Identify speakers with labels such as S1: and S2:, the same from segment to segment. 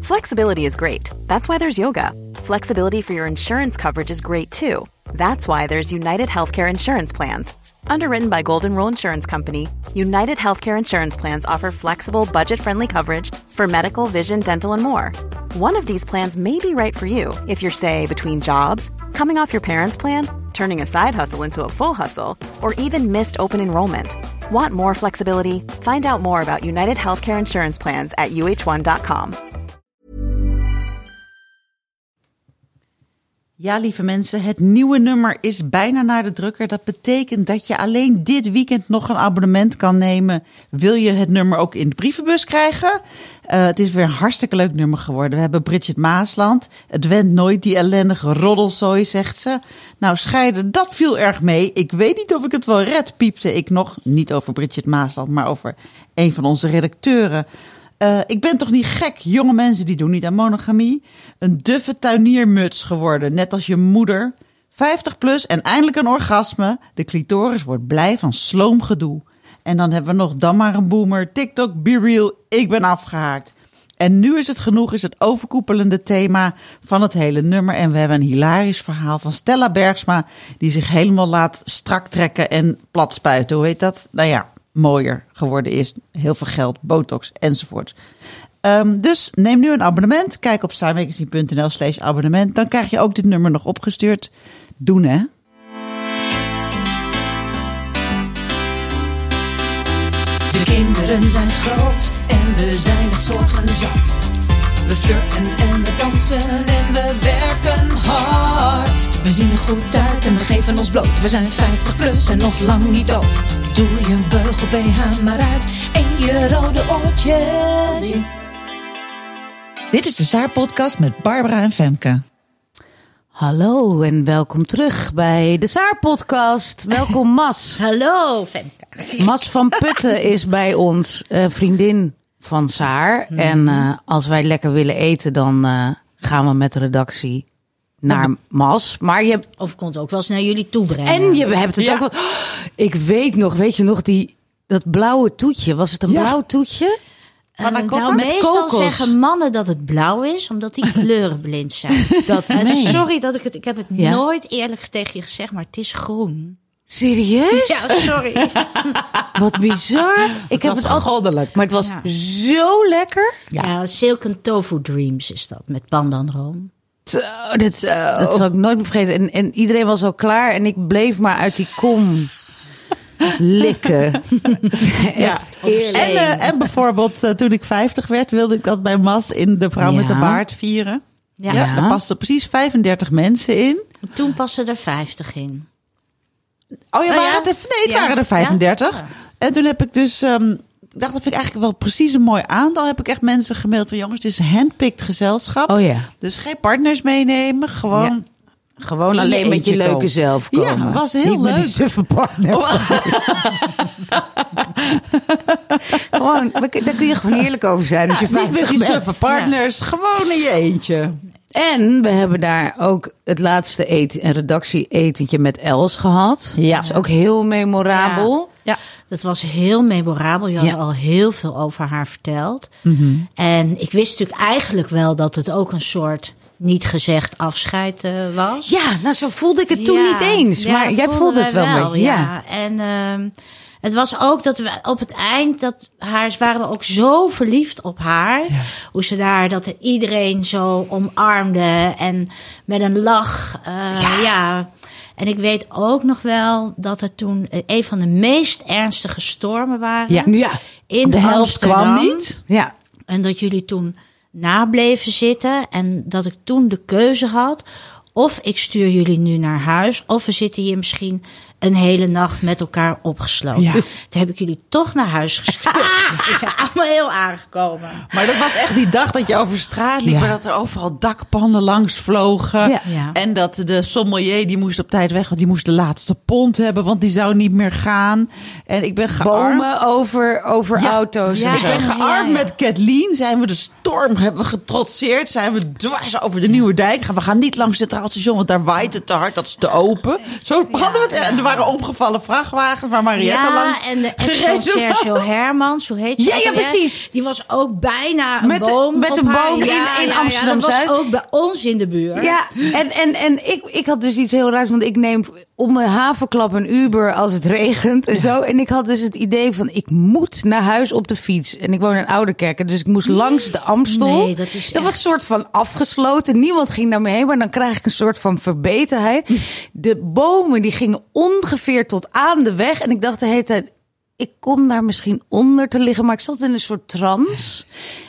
S1: Flexibility is great. That's why there's yoga. Flexibility for your insurance coverage is great too. That's why there's United Healthcare Insurance Plans. Underwritten by Golden Rule Insurance Company, United Healthcare Insurance Plans offer flexible, budget-friendly coverage for medical, vision, dental, and more. One of these plans may be right for you if you're, say, between jobs, coming off your parents' plan, turning a side hustle into a full hustle, or even missed open enrollment. Want more flexibility? Find out more about United Healthcare Insurance Plans at uh1.com.
S2: Ja, lieve mensen, het nieuwe nummer is bijna naar de drukker. Dat betekent dat je alleen dit weekend nog een abonnement kan nemen. Wil je het nummer ook in de brievenbus krijgen? Het is weer een hartstikke leuk nummer geworden. We hebben Bridget Maasland. Het went nooit, die ellendige roddelzooi, zegt ze. Nou, scheiden, dat viel erg mee. Ik weet niet of ik het wel red, piepte ik nog. Niet over Bridget Maasland, maar over een van onze redacteuren. Ik ben toch niet gek? Jonge mensen die doen niet aan monogamie. Een duffe tuiniermuts geworden, net als je moeder. 50 plus en eindelijk een orgasme. De clitoris wordt blij van sloomgedoe. En dan hebben we nog dan maar een boomer. TikTok, be real, ik ben afgehaakt. En nu is het genoeg, is het overkoepelende thema van het hele nummer. En we hebben een hilarisch verhaal van Stella Bergsma, die zich helemaal laat strak trekken en plat spuiten. Hoe heet dat? Nou ja, mooier geworden is. Heel veel geld, botox enzovoort. Dus neem nu een abonnement. Kijk op starmagazine.nl/abonnement. Dan krijg je ook dit nummer nog opgestuurd. Doen, hè?
S3: De kinderen zijn groot en we zijn het zorgen zat. We flirten en we dansen en we werken hard. We zien er goed uit en we geven ons bloot. We zijn 50 plus en nog lang niet dood. Doe je beugel BH maar uit en je rode oortjes in.
S2: Dit is de Saar-podcast met Barbara en Femke.
S4: Hallo en welkom terug bij de Saar-podcast. Welkom Mas.
S5: Hallo Femke.
S4: Mas van Putten is bij ons, vriendin van Saar. En als wij lekker willen eten, dan gaan we met de redactie naar Mas. Maar
S5: Of komt ook wel eens naar jullie toe brengen.
S4: En je hebt het ook wel. Ik weet nog, weet je nog, dat blauwe toetje. Was het een blauw toetje?
S5: Nou, meestal zeggen mannen dat het blauw is, omdat die kleurenblind zijn. Sorry dat ik heb het nooit eerlijk tegen je gezegd, maar het is groen.
S4: Serieus?
S5: Ja, sorry.
S4: Wat bizar. Ik heb het al goddelijk. Maar het was zo lekker.
S5: Ja, Silken Tofu Dreams is dat, met pandanroom.
S4: Dat zal ik nooit meer vergeten. En iedereen was al klaar en ik bleef maar uit die kom likken.
S2: Ja. En bijvoorbeeld toen ik 50 werd, wilde ik dat bij Mas in de Vrouw met de Baard vieren. Ja. Daar pasten precies 35 mensen in.
S5: Toen passen er 50 in.
S2: Oh ja, het waren er 35. Ja? En toen heb ik dus dacht, dat vind ik eigenlijk wel precies een mooi aantal. Heb ik echt mensen gemaild van jongens, het is handpicked gezelschap.
S4: Oh ja.
S2: Dus geen partners meenemen, gewoon...
S4: Ja. Gewoon alleen met je leuke zelf komen.
S2: Ja, was heel
S4: niet
S2: leuk.
S4: Met die suffe partner. Gewoon, daar kun je gewoon eerlijk over zijn. Als je 50
S2: niet met die suffe partners, gewoon in je eentje.
S4: En we hebben daar ook het laatste een redactie-etentje met Els gehad. Ja. Dat is ook heel memorabel.
S5: Ja. Dat was heel memorabel. Je had al heel veel over haar verteld. Mm-hmm. En ik wist natuurlijk eigenlijk wel dat het ook een soort niet gezegd afscheid was.
S4: Ja, nou zo voelde ik het toen niet eens.
S5: Ja,
S4: maar jij voelde het wel.
S5: Ja. En het was ook dat we op het eind waren we ook zo verliefd op haar. Ja. Hoe ze daar, dat iedereen zo omarmde en met een lach. En ik weet ook nog wel dat er toen een van de meest ernstige stormen waren.
S2: Ja.
S5: In
S2: de helft
S5: Amsterdam.
S2: Kwam niet.
S5: Ja. En dat jullie toen nableven zitten en dat ik toen de keuze had, of ik stuur jullie nu naar huis, of we zitten hier misschien een hele nacht met elkaar opgesloten. Ja. Toen heb ik jullie toch naar huis gestuurd. We zijn allemaal heel aangekomen.
S2: Maar dat was echt die dag dat je over straat liep, maar dat er overal dakpannen langs vlogen. Ja. Ja. En dat de sommelier, die moest op tijd weg, want die moest de laatste pond hebben, want die zou niet meer gaan. En ik ben gearmd.
S4: Bomen over auto's.
S2: Ja. Ik ben gearmd met Kathleen. Zijn we de storm hebben we getrotseerd. Zijn we dwars over de Nieuwe Dijk. We gaan niet langs het Centraal want daar waait het te hard. Dat is te open. Zo hadden we het. En er waren omgevallen vrachtwagens waar Mariette langs
S5: en de ex van Sergio Hermans. Hoe heet ze?
S4: Ja, precies.
S5: Die was ook bijna een
S4: Met
S5: boom.
S4: een boom in Amsterdam-Zuid.
S5: Dat was ook bij ons in de buurt.
S4: Ja, en ik had dus iets heel raars, want ik neem om mijn havenklap een Uber als het regent en zo. En ik had dus het idee van, ik moet naar huis op de fiets. En ik woon in Ouderkerk, dus ik moest langs de Amstel.
S5: Nee, dat was
S4: een soort van afgesloten. Niemand ging naar me heen, maar dan krijg ik een soort van verbetenheid. De bomen, die gingen ongeveer tot aan de weg. En ik dacht de hele tijd, ik kom daar misschien onder te liggen, maar ik zat in een soort trance.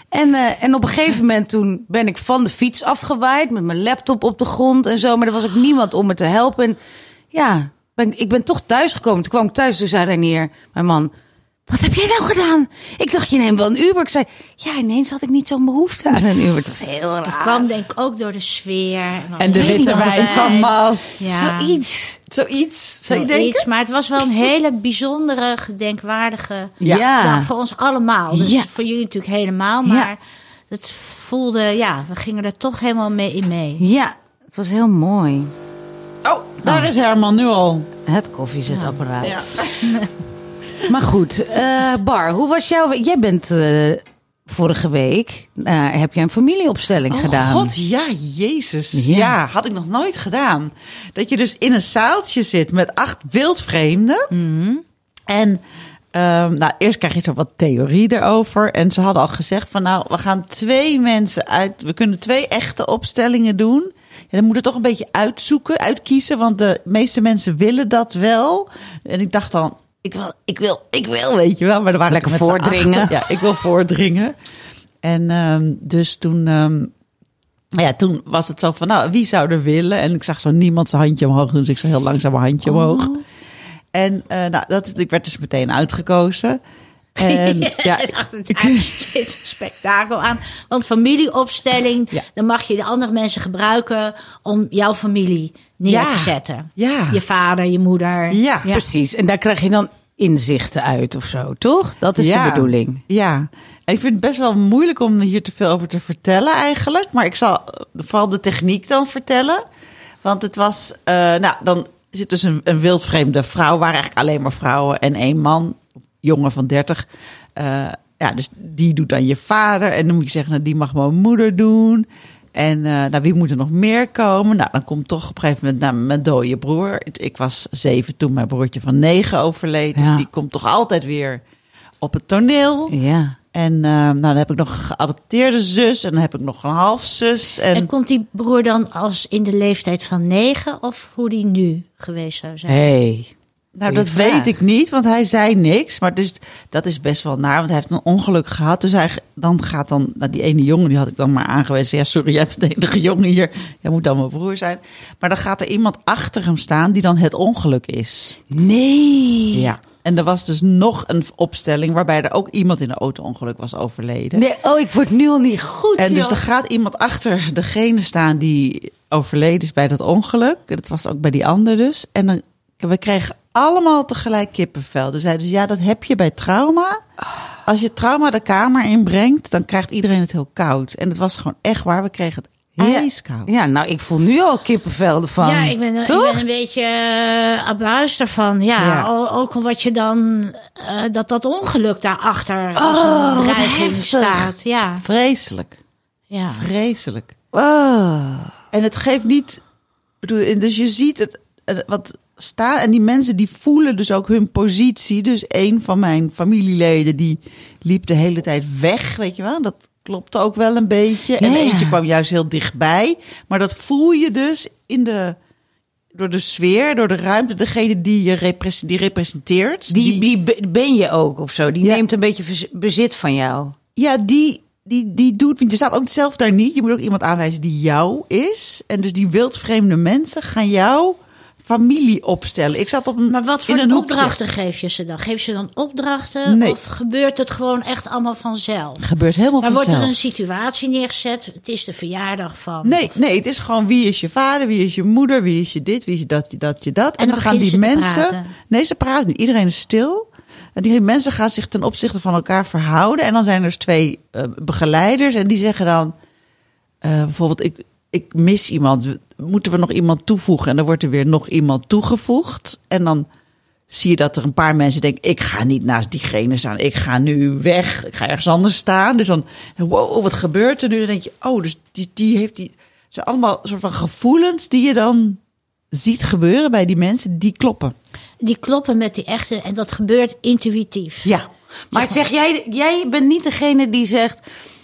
S4: En op een gegeven moment toen ben ik van de fiets afgewaaid met mijn laptop op de grond en zo. Maar er was ook niemand om me te helpen. En ja, ik ben toch thuisgekomen. Toen kwam ik thuis, toen zei Reinier, mijn man, wat heb jij nou gedaan? Ik dacht, je neemt wel een Uber. Ik zei, ja, ineens had ik niet zo'n behoefte aan een Uber. Het was heel raar.
S5: Dat kwam denk ik ook door de sfeer.
S2: En de witte wijn van Mas.
S5: Ja.
S2: Zoiets. Zou je denken?
S5: Maar het was wel een hele bijzondere, gedenkwaardige
S4: Ja.
S5: dag voor ons allemaal. Dus
S4: Ja.
S5: voor jullie natuurlijk helemaal. Maar het voelde, we gingen er toch helemaal mee in mee.
S4: Ja, het was heel mooi.
S2: Oh, daar is Herman nu al.
S4: Het koffiezetapparaat.
S2: Ja.
S4: Maar goed, Bar, hoe was jouw... Jij bent vorige week, heb jij een familieopstelling gedaan.
S2: God, ja, Jezus.
S4: Ja.
S2: Ja, had ik nog nooit gedaan. Dat je dus in een zaaltje zit met 8 wildvreemden. En eerst krijg je zo wat theorie erover. En ze hadden al gezegd van we gaan 2 mensen uit. We kunnen 2 echte opstellingen doen. Ja, dan moet je toch een beetje uitkiezen. Want de meeste mensen willen dat wel. En ik dacht dan, ik wil, weet je wel. Maar er waren
S4: Lekker
S2: met z'n
S4: voordringen.
S2: 8. Ja, ik wil voordringen. En dus toen was het zo van, wie zou er willen? En ik zag zo niemand zijn handje omhoog doen. Dus ik zo heel langzaam mijn handje omhoog. En ik werd dus meteen uitgekozen. En
S5: Je dacht, het zit een spektakel aan. Want familieopstelling, dan mag je de andere mensen gebruiken om jouw familie neer te zetten.
S2: Ja.
S5: Je vader, je moeder.
S2: Ja,
S4: Precies, en daar krijg je dan inzichten uit of zo, toch? Dat is de bedoeling.
S2: Ja, en ik vind het best wel moeilijk om hier te veel over te vertellen eigenlijk. Maar ik zal vooral de techniek dan vertellen. Want het was, dan zit dus een wildvreemde vrouw. Waren eigenlijk alleen maar vrouwen en 1 man, jongen van 30. Dus die doet dan je vader. En dan moet je zeggen, die mag mijn moeder doen. En wie moet er nog meer komen? Dan komt toch op een gegeven moment mijn dode broer. Ik was 7 toen mijn broertje van 9 overleed. Dus die komt toch altijd weer op het toneel.
S4: Ja.
S2: En dan heb ik nog een geadopteerde zus. En dan heb ik nog een halfzus.
S5: En komt die broer dan als in de leeftijd van 9? Of hoe die nu geweest zou zijn?
S4: Hey.
S2: Nou, dat weet ik niet, want hij zei niks. Maar dat is best wel naar, want hij heeft een ongeluk gehad. Dus dan gaat die ene jongen, die had ik dan maar aangewezen. Ja, sorry, jij bent de enige jongen hier. Jij moet dan mijn broer zijn. Maar dan gaat er iemand achter hem staan die dan het ongeluk is.
S4: Nee.
S2: Ja. En er was dus nog een opstelling waarbij er ook iemand in een auto-ongeluk was overleden.
S4: Nee, ik word nu al niet goed.
S2: En dus er gaat iemand achter degene staan die overleden is bij dat ongeluk. Dat was ook bij die ander dus. En we kregen allemaal tegelijk kippenvel. Dus zeiden ze, dat heb je bij trauma. Als je trauma de kamer inbrengt, dan krijgt iedereen het heel koud. En het was gewoon echt waar. We kregen het ijskoud.
S4: Ja, nou, ik voel nu al kippenvel ervan.
S5: Ja, ik ben een beetje abuis ervan. Ja, ook wat je dan, dat ongeluk daarachter als een dreiging staat. Ja.
S2: Vreselijk.
S5: Ja.
S2: Vreselijk.
S4: Oh.
S2: En het geeft niet, dus je ziet het wat staan. En die mensen die voelen dus ook hun positie. Dus een van mijn familieleden die liep de hele tijd weg, weet je wel. Dat klopt ook wel een beetje. En eentje kwam juist heel dichtbij. Maar dat voel je dus door de sfeer, door de ruimte. Degene die representeert.
S4: Die ben je ook of zo. Die neemt een beetje bezit van jou.
S2: Ja, die doet, want je staat ook zelf daar niet. Je moet ook iemand aanwijzen die jou is. En dus die wildvreemde mensen gaan jou familie opstellen. Ik zat op
S5: Maar wat voor
S2: een
S5: opdrachten geef je ze dan? Geef je ze dan opdrachten?
S2: Nee.
S5: Of gebeurt het gewoon echt allemaal vanzelf?
S2: Gebeurt helemaal
S5: Maar
S2: vanzelf.
S5: wordt er een situatie neergezet? Het is de verjaardag van...
S2: Nee, het is gewoon wie is je vader, wie is je moeder, wie is je dit, wie is je dat. En dan gaan die mensen... Nee, ze praten niet. Iedereen is stil. En die mensen gaan zich ten opzichte van elkaar verhouden. En dan zijn er dus 2 begeleiders. En die zeggen dan... bijvoorbeeld, ik mis iemand. Moeten we nog iemand toevoegen? En dan wordt er weer nog iemand toegevoegd. En dan zie je dat er een paar mensen denken, ik ga niet naast diegene staan. Ik ga nu weg. Ik ga ergens anders staan. Dus dan, wow, wat gebeurt er nu? Dan denk je, dus die heeft die... zijn allemaal soort van gevoelens die je dan ziet gebeuren bij die mensen. Die kloppen.
S5: Die kloppen met die echte. En dat gebeurt intuïtief.
S2: Ja.
S4: Maar zeg jij bent niet degene die zegt...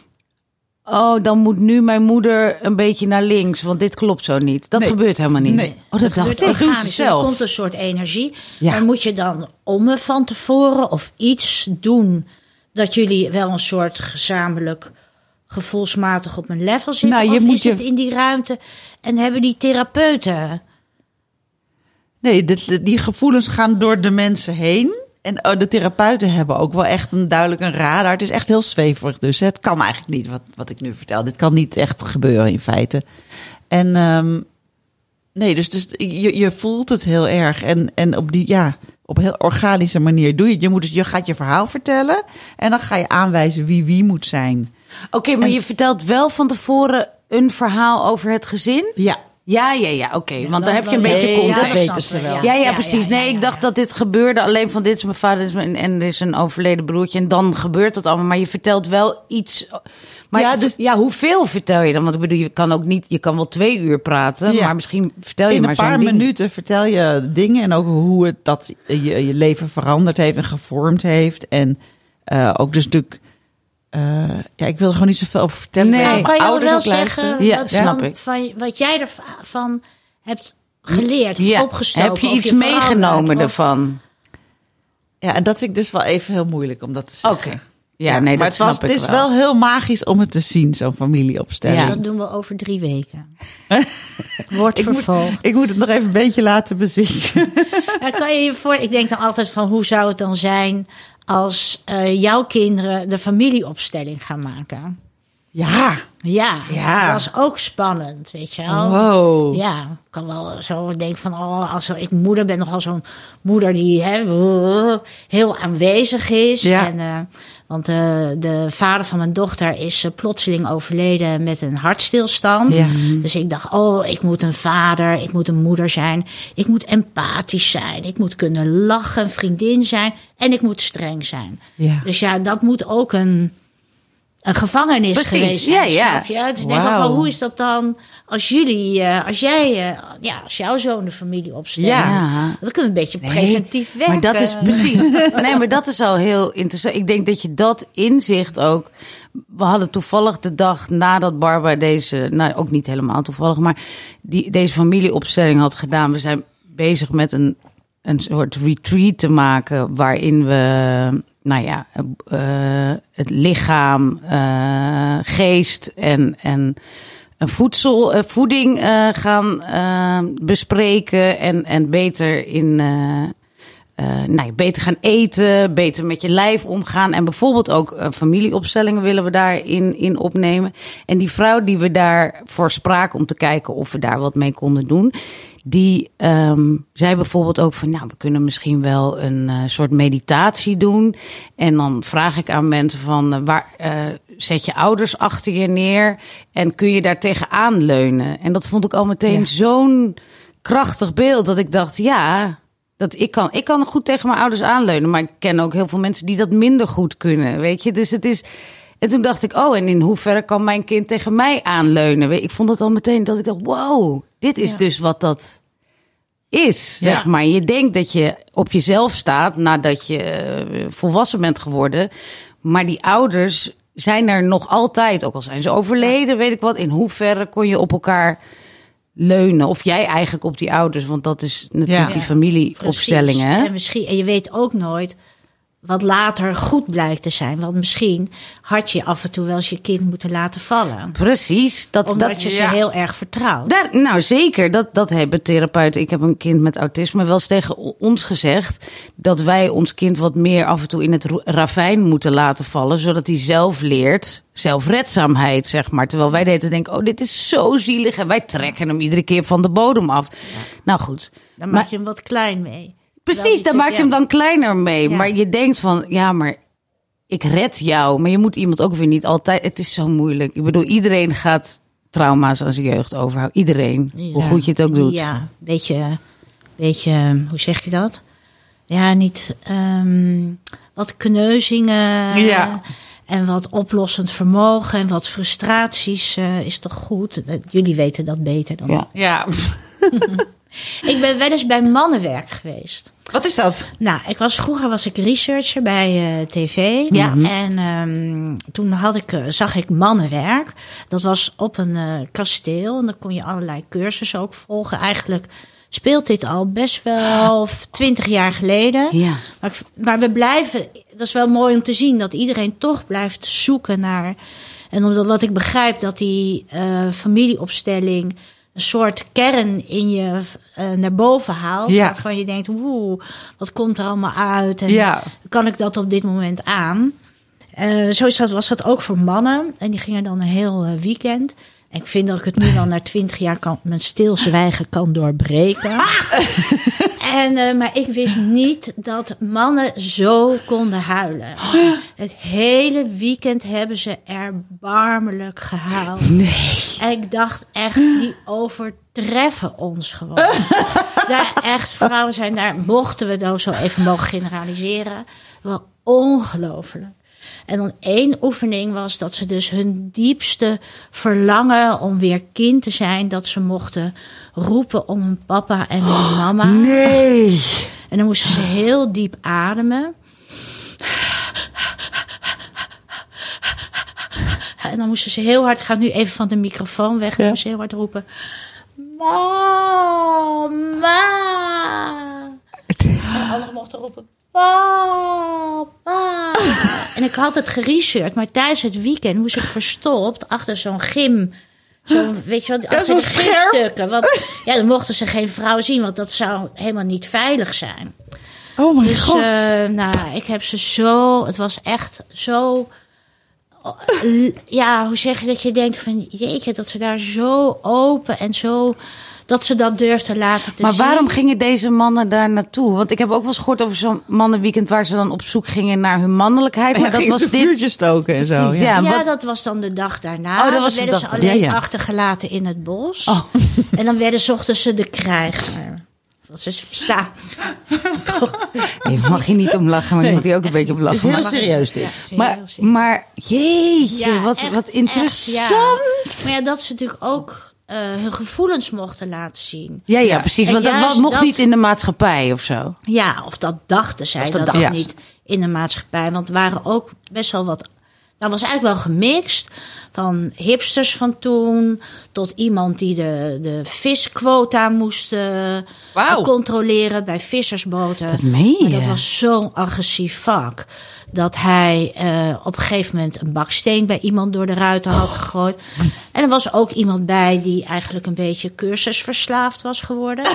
S4: dan moet nu mijn moeder een beetje naar links, want dit klopt zo niet. Dat gebeurt helemaal niet.
S2: Nee.
S4: Dat dacht ik.
S2: Dat doen ze zelf.
S5: Er komt een soort energie.
S2: Ja.
S5: Maar moet je dan van tevoren of iets doen... dat jullie wel een soort gezamenlijk gevoelsmatig op een level zitten?
S2: Nou,
S5: of is het in die ruimte en hebben die therapeuten...
S2: Nee, die gevoelens gaan door de mensen heen. En de therapeuten hebben ook wel echt duidelijk een radar. Het is echt heel zweverig dus. Het kan eigenlijk niet wat ik nu vertel. Dit kan niet echt gebeuren in feite. En nee, dus je voelt het heel erg. En op op een heel organische manier doe je het. Je gaat je verhaal vertellen. En dan ga je aanwijzen wie moet zijn.
S4: Oké, maar je vertelt wel van tevoren een verhaal over het gezin?
S2: Ja.
S4: Ja, oké. Want dan heb je een beetje context.
S2: Dat weten ze wel.
S4: Ja, precies. Nee, ik dacht dat dit gebeurde alleen van dit is mijn vader en er is een overleden broertje. En dan gebeurt dat allemaal. Maar je vertelt wel iets. Maar hoeveel vertel je dan? Want ik bedoel, je kan wel 2 uur praten. Ja. Maar misschien vertel je maar zo'n ding.
S2: In een paar minuten vertel je dingen. En ook hoe het dat je leven veranderd heeft en gevormd heeft. En ook dus natuurlijk... ik wil er gewoon niet zoveel over vertellen.
S5: Nee. Nou, kan je wel zeggen
S4: snap ik.
S5: Van wat jij ervan hebt geleerd of opgestoken?
S4: Heb je iets meegenomen ervan?
S2: Ja, en dat vind ik dus wel even heel moeilijk om dat te zeggen.
S4: Oké. Ja, nee, dat snap ik wel.
S2: Het is wel heel magisch om het te zien, zo'n familieopstelling.
S5: Dus dat doen we over 3 weken. Wordt vervolgd.
S2: Ik moet het nog even een beetje laten bezinken.
S5: Kan je je voor? Ik denk dan altijd van, hoe zou het dan zijn als jouw kinderen de familieopstelling gaan maken?
S2: Ja.
S5: Dat was ook spannend, weet je wel.
S2: Wow.
S5: Ja, ik kan wel zo denken van, ik moeder ben nogal zo'n moeder die heel aanwezig is.
S2: Ja.
S5: En, want de vader van mijn dochter is plotseling overleden met een hartstilstand.
S2: Ja.
S5: Dus ik dacht, ik moet een vader, ik moet een moeder zijn. Ik moet empathisch zijn. Ik moet kunnen lachen, een vriendin zijn. En ik moet streng zijn.
S2: Ja.
S5: Dus dat moet ook een gevangenis geweest zijn, snap je? Dus ik denk van, hoe is dat dan als jouw zoon de familie opstelt?
S2: Ja.
S5: Dat kunnen we een beetje preventief werken.
S4: Maar dat is precies. Nee, maar dat is al heel interessant. Ik denk dat je dat inzicht ook... We hadden toevallig de dag nadat Barbara deze... ook niet helemaal toevallig, maar deze familieopstelling had gedaan. We zijn bezig met een soort retreat te maken waarin we... het lichaam, geest en voeding gaan bespreken en beter beter gaan eten, beter met je lijf omgaan en bijvoorbeeld ook familieopstellingen willen we daarin opnemen. En die vrouw die we daarvoor spraken om te kijken of we daar wat mee konden doen, die zei bijvoorbeeld ook van, we kunnen misschien wel een soort meditatie doen. En dan vraag ik aan mensen van, waar zet je ouders achter je neer en kun je daar tegenaan leunen? En dat vond ik al meteen zo'n krachtig beeld dat ik dacht, ik kan goed tegen mijn ouders aanleunen, maar ik ken ook heel veel mensen die dat minder goed kunnen, weet je. Dus het is... En toen dacht ik, en in hoeverre kan mijn kind tegen mij aanleunen? Ik vond het al meteen dat ik dacht, wow, dit is dus wat dat is, zeg maar. Je denkt dat je op jezelf staat nadat je volwassen bent geworden. Maar die ouders zijn er nog altijd, ook al zijn ze overleden, weet ik wat. In hoeverre kon je op elkaar leunen? Of jij eigenlijk op die ouders, want dat is natuurlijk die familieopstellingen.
S5: En je weet ook nooit wat later goed blijkt te zijn. Want misschien had je af en toe wel eens je kind moeten laten vallen.
S4: Precies.
S5: Omdat je ze heel erg vertrouwt.
S4: Zeker. Dat hebben therapeuten. Ik heb een kind met autisme wel eens tegen ons gezegd dat wij ons kind wat meer af en toe in het ravijn moeten laten vallen, zodat hij zelf leert zelfredzaamheid, zeg maar. Terwijl wij deden denken, dit is zo zielig en wij trekken hem iedere keer van de bodem af. Ja. Nou goed.
S5: Dan maak je hem wat klein mee.
S4: Precies, dan maak je hem dan kleiner mee. Ja. Maar je denkt van, maar ik red jou. Maar je moet iemand ook weer niet altijd... Het is zo moeilijk. Ik bedoel, iedereen gaat trauma's aan zijn jeugd overhouden. Iedereen, hoe goed je het ook doet.
S5: Ja, beetje, hoe zeg je dat? wat kneuzingen.
S2: Ja.
S5: En wat oplossend vermogen en wat frustraties is toch goed. Jullie weten dat beter dan ik.
S2: Ja.
S5: Ik ben wel eens bij mannenwerk geweest.
S2: Wat is dat?
S5: Nou, vroeger was ik researcher bij tv.
S4: Ja.
S5: En toen zag ik mannenwerk. Dat was op een kasteel. En dan kon je allerlei cursussen ook volgen. Eigenlijk speelt dit al best wel 20 jaar geleden.
S4: Ja.
S5: Maar we blijven... Dat is wel mooi om te zien dat iedereen toch blijft zoeken naar... En omdat wat ik begrijp dat die familieopstelling... een soort kern in je naar boven haalt.
S2: Ja.
S5: Waarvan je denkt, wat komt er allemaal uit? En kan ik dat op dit moment aan? Was dat ook voor mannen. En die gingen dan een heel weekend. En ik vind dat ik het nu wel na 20 jaar mijn stilzwijgen kan doorbreken. Maar ik wist niet dat mannen zo konden huilen. Het hele weekend hebben ze erbarmelijk gehuild.
S2: Nee.
S5: En ik dacht echt, die overtreffen ons gewoon. Daar echt vrouwen zijn, daar mochten we het ook zo even mogen generaliseren. Wel ongelooflijk. En dan 1 oefening was dat ze dus hun diepste verlangen om weer kind te zijn, dat ze mochten roepen om hun papa en hun mama.
S2: Nee.
S5: En dan moesten ze heel diep ademen. En dan moesten ze heel hard, ik ga nu even van de microfoon weg, moesten ze heel hard roepen. Mama. En de anderen mochten roepen. Papa. En ik had het geresearched, maar tijdens het weekend moest ik verstopt achter zo'n gym. Weet je wat, achter de gymstukken. Want dan mochten ze geen vrouw zien, want dat zou helemaal niet veilig zijn.
S2: Oh mijn god.
S5: Ik heb ze zo... Het was echt zo... hoe zeg je dat je denkt van... Jeetje, dat ze daar zo open en zo... Dat ze dat durfden laten te zien.
S4: Maar waarom gingen deze mannen daar naartoe? Want ik heb ook wel eens gehoord over zo'n mannenweekend... waar ze dan op zoek gingen naar hun mannelijkheid. Maar dat was dit...
S2: vuurtjes stoken en zo.
S5: Ja, dat was dan de dag daarna.
S4: Dat was
S5: dan werden ze alleen achtergelaten in het bos. Oh. En dan zochten ze de krijger. Want ze staan.
S4: Je mag hier niet om lachen, maar je moet hier ook een beetje om lachen.
S2: Het is heel serieus dit.
S4: Maar jeetje, wat interessant.
S5: Echt, ja. Maar ja, dat ze natuurlijk ook... hun gevoelens mochten laten zien.
S4: Ja, precies. Want dat mocht niet in de maatschappij of zo.
S5: Ja, of dat dachten zij. Dat niet in de maatschappij. Want er waren ook best wel wat... Dat was eigenlijk wel gemixt. Van hipsters van toen... tot iemand die de visquota moest controleren... bij vissersboten.
S4: Dat meen je?
S5: Dat was zo'n agressief vak... dat hij op een gegeven moment een baksteen bij iemand door de ruiten had gegooid. En er was ook iemand bij die eigenlijk een beetje cursusverslaafd was geworden.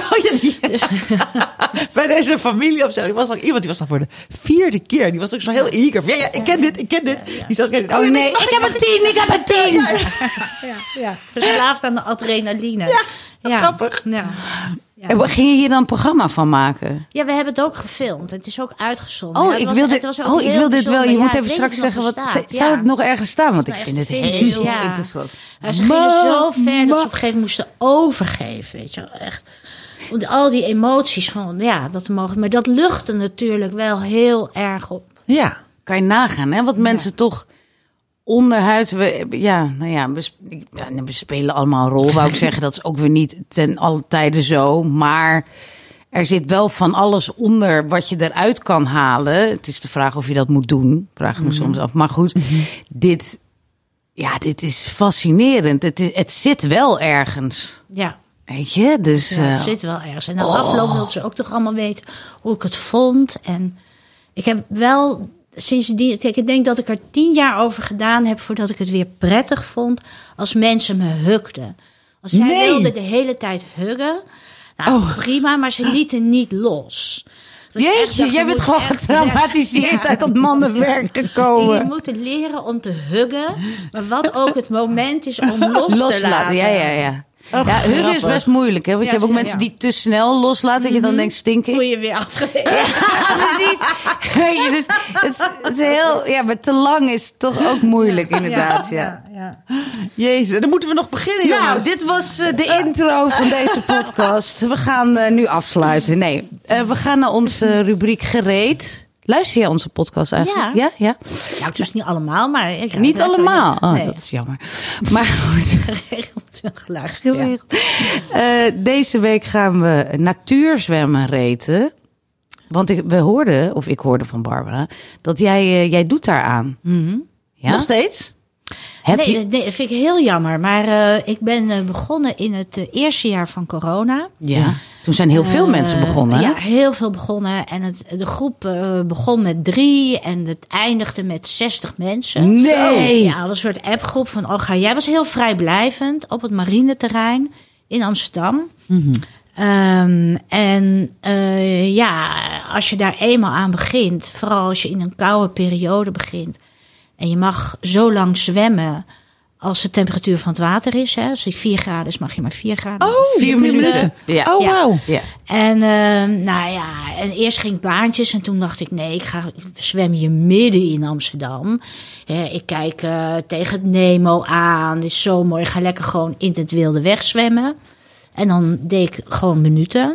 S2: Bij deze familie of zo. Er was ook iemand die was dan voor de 4e keer. Die was ook zo heel eager. Ja, ik ken dit. Die zat,
S5: ik heb een 10. Ja. Verslaafd aan de adrenaline.
S2: Ja, grappig.
S5: Ja.
S4: Ja. Ging je hier dan een programma van maken?
S5: Ja, we hebben het ook gefilmd. Het is ook uitgezonden.
S4: Ik wil dit wel. Je moet even straks zeggen, zou het nog ergens staan? Want ik vind het heel interessant.
S5: Ze gingen zo ver dat ze op een gegeven moment moesten overgeven. Weet je, echt. Al die emoties van, dat mogen. Maar dat luchtte natuurlijk wel heel erg op.
S4: Ja, kan je nagaan, hè? Want mensen toch... Onderhuid, we spelen allemaal een rol, wou ik zeggen. Dat is ook weer niet ten alle tijde zo. Maar er zit wel van alles onder wat je eruit kan halen. Het is de vraag of je dat moet doen. Vraag ik me soms af. Maar goed, dit is fascinerend. Het zit wel ergens.
S5: Ja.
S4: Weet je? Dus,
S5: het zit wel ergens. En na afloop wilden ze ook toch allemaal weten hoe ik het vond. En ik heb wel... Sindsdien, ik denk dat ik er 10 jaar over gedaan heb voordat ik het weer prettig vond als mensen me hugden. Als zij wilden de hele tijd huggen, prima, maar ze lieten niet los.
S4: Jeetje, jij bent gewoon getraumatiseerd uit dat mannenwerk gekomen.
S5: Je moet leren om te huggen, maar wat ook het moment is om los te laten.
S4: Ja. Ja, huggen is best moeilijk, hè? Want je hebt ook mensen die te snel loslaten, dat je dan denkt stinken.
S5: Voel je weer afgewezen.
S4: Precies. Weet je, het is heel, maar te lang is toch ook moeilijk, inderdaad. Ja.
S2: Jezus, dan moeten we nog beginnen, jongens.
S4: Nou, dit was de intro van deze podcast. We gaan nu afsluiten. Nee, we gaan naar onze rubriek Gereed. Luister je onze podcast eigenlijk? Ja. Ja?
S5: Ja, dus niet allemaal, maar...
S4: Niet allemaal? Oh,
S5: nee.
S4: Dat is jammer. Maar goed.
S5: Geregeld wel geluisterd.
S4: Ja. Deze week gaan we natuurzwemmen reten. Want ik hoorde van Barbara, dat jij doet daaraan.
S5: Mm-hmm.
S4: Ja?
S2: Nog steeds?
S5: Nee, dat vind ik heel jammer. Maar ik ben begonnen in het eerste jaar van corona.
S4: Ja, toen zijn heel veel mensen begonnen. Hè?
S5: Ja, heel veel begonnen. En de groep begon met 3 en het eindigde met 60 mensen.
S4: Nee!
S5: Ja, dat was een soort appgroep van... Jij was heel vrijblijvend op het marineterrein in Amsterdam.
S2: Mm-hmm.
S5: Als je daar eenmaal aan begint... vooral als je in een koude periode begint... en je mag zo lang zwemmen als de temperatuur van het water is. Hè. Als het 4 graden is, mag je maar 4 graden.
S2: Oh,
S4: 4 minuten.
S2: Ja. Oh, wauw.
S4: Ja.
S5: En en eerst ging ik baantjes en toen dacht ik... nee, ik zwem hier midden in Amsterdam. Ik kijk tegen het Nemo aan. Het is zo mooi. Ik ga lekker gewoon in het wilde weg zwemmen. En dan deed ik gewoon minuten.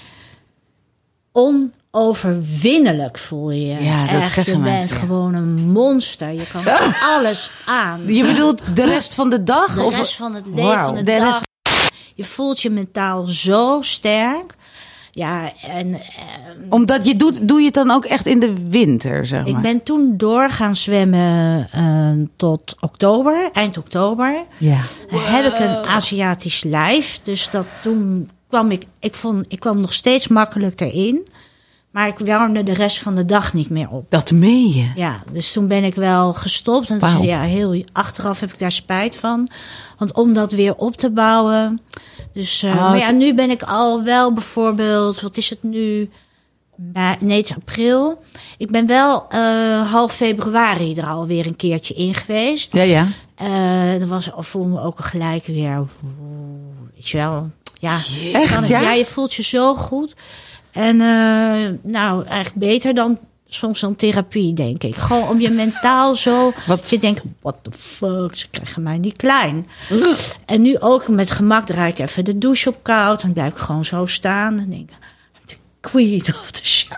S5: Onoverwinnelijk voel je je.
S4: Ja, dat
S5: echt,
S4: zeggen
S5: je
S4: mensen,
S5: bent gewoon een monster. Je kan alles aan.
S4: Je bedoelt de rest van de dag?
S5: De
S4: of
S5: rest van het leven, van de dag. Je voelt je mentaal zo sterk. Ja, en...
S4: Omdat doe je het dan ook echt in de winter, zeg maar?
S5: Ik ben toen door gaan zwemmen tot oktober, eind oktober.
S2: Ja.
S5: Heb ik een Aziatisch lijf. Dus toen kwam ik kwam nog steeds makkelijk erin. Maar ik warmde de rest van de dag niet meer op.
S4: Dat meen je?
S5: Ja, dus toen ben ik wel gestopt. En
S2: Wauw.
S5: Achteraf heb ik daar spijt van. Want om dat weer op te bouwen. Dus, maar nu ben ik al wel bijvoorbeeld, wat is het nu? Nee, het is april. Ik ben wel half februari er alweer een keertje in geweest.
S2: Ja.
S5: Dat voelde me ook gelijk weer. Weet je wel. Ja,
S2: Echt, ja?
S5: Je voelt je zo goed. En eigenlijk beter dan soms dan therapie, denk ik. Gewoon om je mentaal zo... Dat je denkt, what the fuck, ze krijgen mij niet klein. En nu ook met gemak draai ik even de douche op koud. En blijf ik gewoon zo staan. En denk ik, the queen of the show.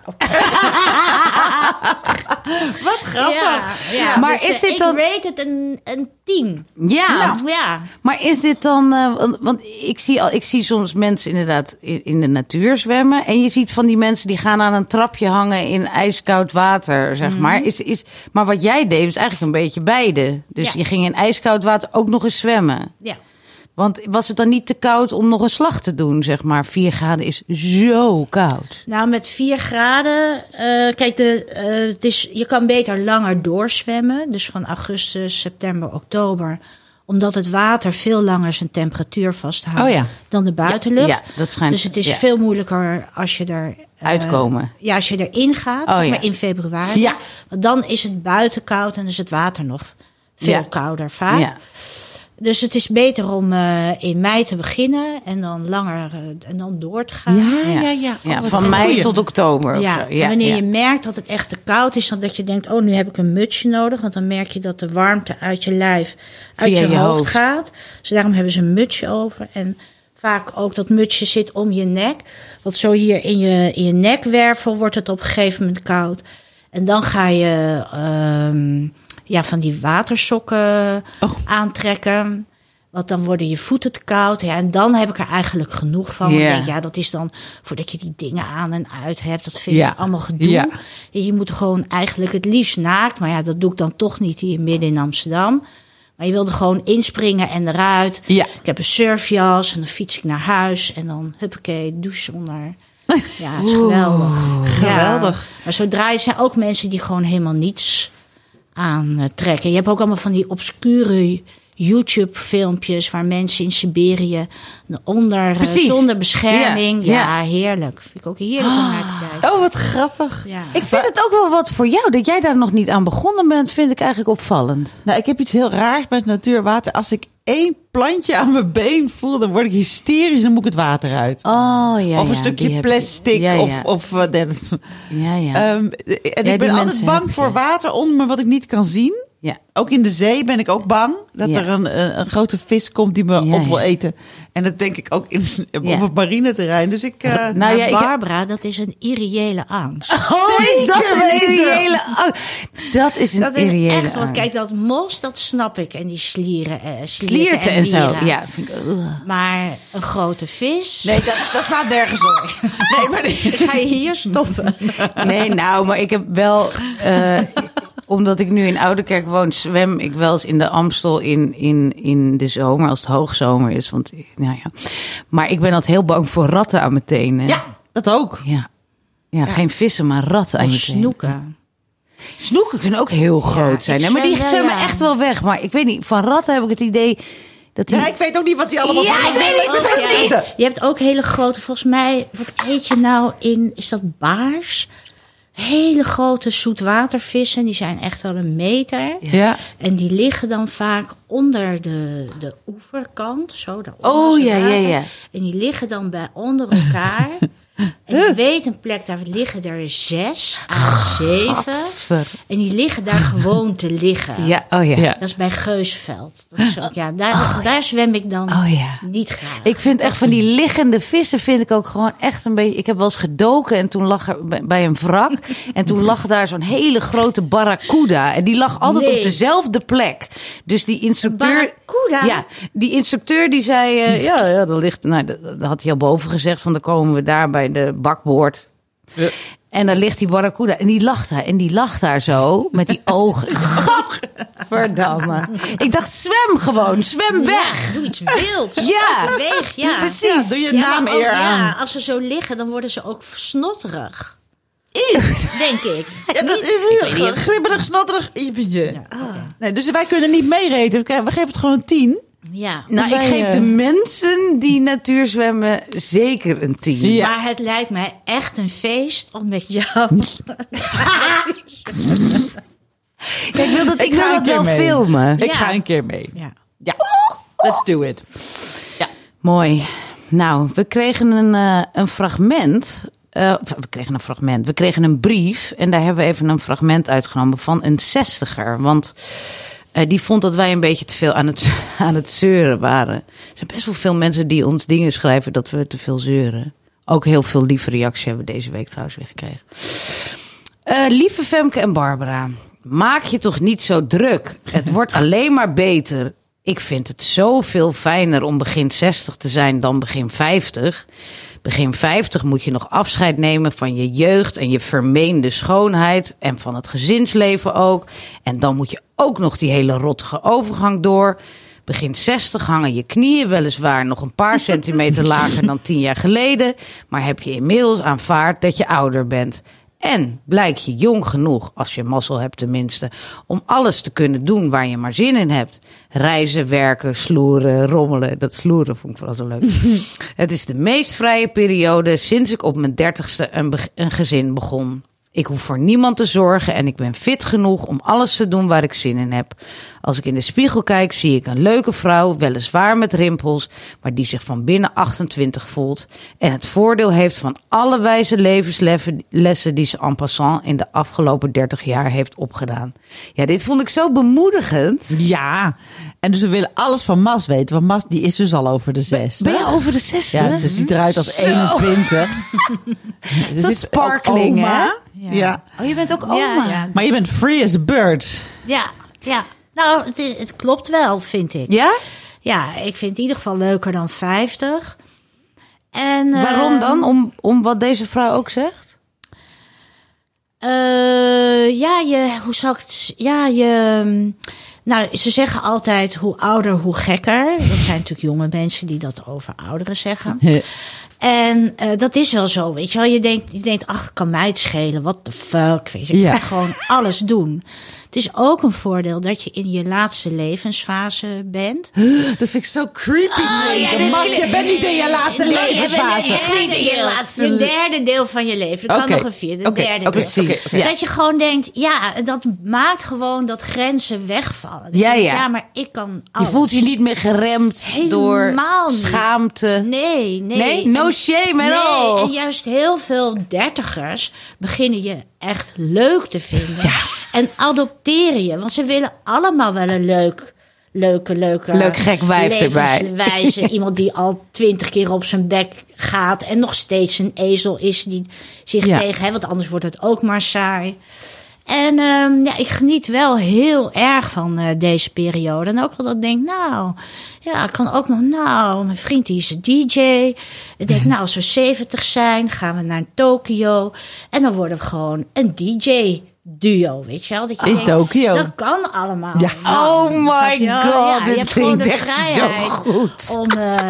S2: Wat grappig.
S5: Ja,
S4: maar
S5: dus,
S4: is dit dan...
S5: Ik rate het een 10.
S4: Ja.
S5: Ja.
S4: Maar is dit dan... want ik zie soms mensen inderdaad in de natuur zwemmen. En je ziet van die mensen die gaan aan een trapje hangen in ijskoud water, zeg maar. Maar wat jij deed was eigenlijk een beetje beide. Dus je ging in ijskoud water ook nog eens zwemmen. Ja. Want was het dan niet te koud om nog een slag te doen, zeg maar? 4 graden is zo koud.
S5: Nou, met 4 graden... kijk, je kan beter langer doorzwemmen. Dus van augustus, september, oktober. Omdat het water veel langer zijn temperatuur vasthoudt dan de buitenlucht.
S4: Ja, dat schijnt.
S5: Dus het is veel moeilijker als je er...
S4: uitkomen.
S5: Ja, als je erin gaat, maar in februari. Ja. Want dan is het buiten koud en is het water nog veel kouder vaak. Ja. Dus het is beter om in mei te beginnen en dan langer en dan door te gaan.
S4: Ja, van mei tot oktober.
S5: Ja, en wanneer je merkt dat het echt te koud is, dan dat je denkt, nu heb ik een mutsje nodig. Want dan merk je dat de warmte uit je lijf uit je hoofd gaat. Dus daarom hebben ze een mutsje over. En vaak ook dat mutsje zit om je nek. Want zo hier in je nekwervel wordt het op een gegeven moment koud. En dan ga je... van die watersokken aantrekken. Want dan worden je voeten te koud. Ja, en dan heb ik er eigenlijk genoeg van. Yeah. Ik denk, dat is dan voordat je die dingen aan en uit hebt. Dat vind ik allemaal gedoe. Yeah. Je moet gewoon eigenlijk het liefst naakt. Maar dat doe ik dan toch niet hier midden in Amsterdam. Maar je wilde gewoon inspringen en eruit. Yeah. Ik heb een surfjas en dan fiets ik naar huis. En dan huppakee, douche onder. Ja, het is geweldig.
S2: Geweldig.
S5: Maar zodra je zijn ook mensen die gewoon helemaal niets aantrekken. Je hebt ook allemaal van die obscure YouTube-filmpjes waar mensen in Siberië zonder bescherming. Ja, heerlijk. Vind ik ook heerlijk om naar te kijken.
S2: Oh, wat grappig.
S4: Ja. Ik vind het ook wel wat voor jou. Dat jij daar nog niet aan begonnen bent, vind ik eigenlijk opvallend.
S2: Nou, ik heb iets heel raars met natuurwater. Als ik één plantje aan mijn been voel, dan word ik hysterisch. Dan moet ik het water uit.
S4: Oh, ja,
S2: Of een stukje plastic. Of en ik ben altijd bang voor water onder me wat ik niet kan zien.
S4: Ja.
S2: Ook in de zee ben ik ook bang dat er een grote vis komt die me op wil eten. En dat denk ik ook op het marineterrein. Dus ik...
S5: Barbara, dat is een irreële angst.
S4: Is dat een irreële angst? Dat is een irreële
S5: echt,
S4: angst.
S5: want kijk, dat mos, dat snap ik. En die
S4: slierten en zo. Ja, vind ik,
S5: maar een grote vis...
S2: Nee, dat staat nergens hoor. Nee, maar
S5: ik ga je hier stoppen.
S4: Nee, maar ik heb wel... omdat ik nu in Oudekerk woon, zwem ik wel eens in de Amstel in de zomer, als het hoogzomer is. Want, maar ik ben altijd heel bang voor ratten aan mijn tenen.
S2: Ja, dat ook.
S4: Ja, geen vissen, maar ratten aan je tenen.
S5: Snoeken.
S4: Snoeken kunnen ook heel groot zijn. Hè? Maar die zwemmen echt wel weg. Maar ik weet niet, van ratten heb ik het idee...
S2: Ja, ik weet ook niet wat die allemaal...
S4: Ja, ik weet niet.
S5: Je hebt ook hele grote, volgens mij... Wat eet je nou in... Is dat baars? Hele grote zoetwatervissen. Die zijn echt wel 1 meter.
S2: Ja.
S5: En die liggen dan vaak onder de oeverkant. Zo,
S4: ja.
S5: En die liggen dan onder elkaar... En je weet een plek, daar liggen er 6 à 7. En die liggen daar gewoon te liggen.
S4: Ja.
S5: Dat is bij Geuzenveld. Dat is ook, daar zwem ik dan niet graag.
S4: Ik vind echt van die liggende vissen vind ik ook gewoon echt een beetje... Ik heb wel eens gedoken en toen lag er bij een wrak. En toen lag daar zo'n hele grote barracuda. En die lag altijd op dezelfde plek. Dus die instructeur...
S5: Barracuda?
S4: Ja, die instructeur die zei... dat ligt... Nou, dat had hij al boven gezegd. Van dan komen we daar bij de bakboord. Ja. En dan ligt die barracuda. En die lacht daar. En die lacht daar zo. Met die ogen. Verdamme. Ik dacht, zwem gewoon. Zwem weg.
S5: Doe iets wilds.
S4: Ja.
S5: Beweeg, ja.
S4: Precies.
S2: Ja, doe je naam eer aan.
S5: Ja, als ze zo liggen, dan worden ze ook snotterig. Denk ik.
S2: Ja, dat is heel gribberig, snotterig. Ja. Nee, dus wij kunnen niet meereten. We geven het gewoon een 10.
S5: Ja.
S4: Nou, ik geef de mensen die natuurzwemmen zeker een 10.
S5: Ja. Maar het lijkt mij echt een feest om met jou...
S4: Ik wil dat wel
S2: mee.
S4: filmen.
S2: Ik ga een keer mee. Ja. Let's do it. Ja.
S4: Mooi. Nou, we kregen een fragment... We kregen een brief en daar hebben we even een fragment uitgenomen van een 60er. Want die vond dat wij een beetje te veel aan het zeuren waren. Er zijn best wel veel mensen die ons dingen schrijven dat we te veel zeuren. Ook heel veel lieve reacties hebben we deze week trouwens weer gekregen. Lieve Femke en Barbara, maak je toch niet zo druk. Het wordt alleen maar beter. Ik vind het zoveel fijner om begin 60 te zijn dan begin 50. Begin 50 moet je nog afscheid nemen van je jeugd en je vermeende schoonheid. En van het gezinsleven ook. En dan moet je ook nog die hele rottige overgang door. Begin 60 hangen je knieën weliswaar nog een paar centimeter lager dan 10 jaar geleden. Maar heb je inmiddels aanvaard dat je ouder bent. En blijk je jong genoeg, als je mazzel hebt tenminste, om alles te kunnen doen waar je maar zin in hebt. Reizen, werken, sloeren, rommelen. Dat sloeren vond ik vooral zo leuk. Het is de meest vrije periode sinds ik op mijn 30ste een gezin begon. Ik hoef voor niemand te zorgen en ik ben fit genoeg om alles te doen waar ik zin in heb. Als ik in de spiegel kijk, zie ik een leuke vrouw, weliswaar met rimpels, maar die zich van binnen 28 voelt. En het voordeel heeft van alle wijze levenslessen die ze en passant in de afgelopen 30 jaar heeft opgedaan. Ja, dit vond ik zo bemoedigend.
S2: Ja, en dus we willen alles van Mas weten, want Mas die is dus al over de 60.
S4: Ben je over de 60?
S2: Ja, ze ziet eruit als 21.
S4: Zo sparkling, hè?
S2: Ja.
S4: Oh, je bent ook oma.
S5: Ja.
S2: Maar je bent free as a bird.
S5: Ja. Nou, het klopt wel, vind ik.
S4: Ja?
S5: Ja, ik vind het in ieder geval leuker dan 50. En,
S4: waarom dan? Om wat deze vrouw ook zegt?
S5: Hoe zou ik het... Nou, ze zeggen altijd hoe ouder, hoe gekker. Dat zijn natuurlijk jonge mensen die dat over ouderen zeggen. En dat is wel zo, weet je wel. Je denkt, ach, kan mij het schelen, what the fuck, weet je. Ik ga gewoon alles doen. Het is ook een voordeel dat je in je laatste levensfase bent.
S2: Dat vind ik zo creepy. Je bent niet in je laatste levensfase.
S5: Je derde deel van je leven. Er kan nog een vierde. Derde deel.
S2: Precies.
S5: Dat je gewoon denkt, dat maakt gewoon dat grenzen wegvallen.
S4: Ja.
S5: Maar ik kan alles.
S4: Je voelt je niet meer geremd door schaamte.
S5: Nee.
S4: No shame at all.
S5: En juist heel veel dertigers beginnen je echt leuk te vinden. Ja. En adopteren je. Want ze willen allemaal wel een leuk
S4: gek wijf erbij.
S5: Iemand die al 20 keer op zijn bek gaat en nog steeds een ezel is die zich tegen... want anders wordt het ook maar saai. En ik geniet wel heel erg van deze periode. En ook wel dat ik denk, ik kan ook nog... mijn vriend die is een DJ. Ik denk, als we 70 zijn, gaan we naar Tokio. En dan worden we gewoon een DJ-duo, weet je wel? Dat je denkt,
S2: Tokio.
S5: Dat kan allemaal.
S2: Ja.
S4: Oh my god,
S5: je hebt gewoon de vrijheid om...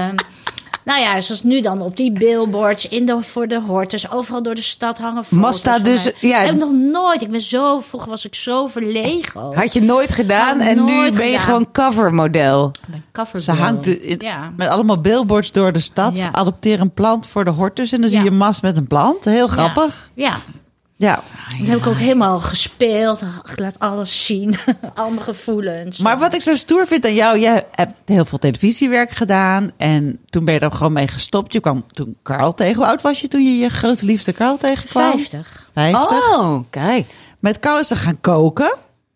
S5: zoals nu dan op die billboards, voor de hortus, overal door de stad hangen foto's.
S4: Mazda dus,
S5: Dat heb ik nog nooit. Vroeger was ik zo verlegen. Ook.
S4: Had je nooit gedaan en nu ben je gewoon covermodel.
S2: Ze hangt met allemaal billboards door de stad. Ja. Adopteer een plant voor de hortus en dan zie je Mas met een plant. Heel grappig.
S5: Ja. Dat heb ik ook helemaal gespeeld. Ik laat alles zien. Al mijn gevoelens.
S2: Maar wat ik zo stoer vind aan jou... jij hebt heel veel televisiewerk gedaan... en toen ben je er gewoon mee gestopt. Je kwam toen Carl tegen. Hoe oud was je toen je je grote liefde Carl tegenkwam?
S5: 50.
S4: Oh, kijk.
S2: Met Carl is ze gaan koken.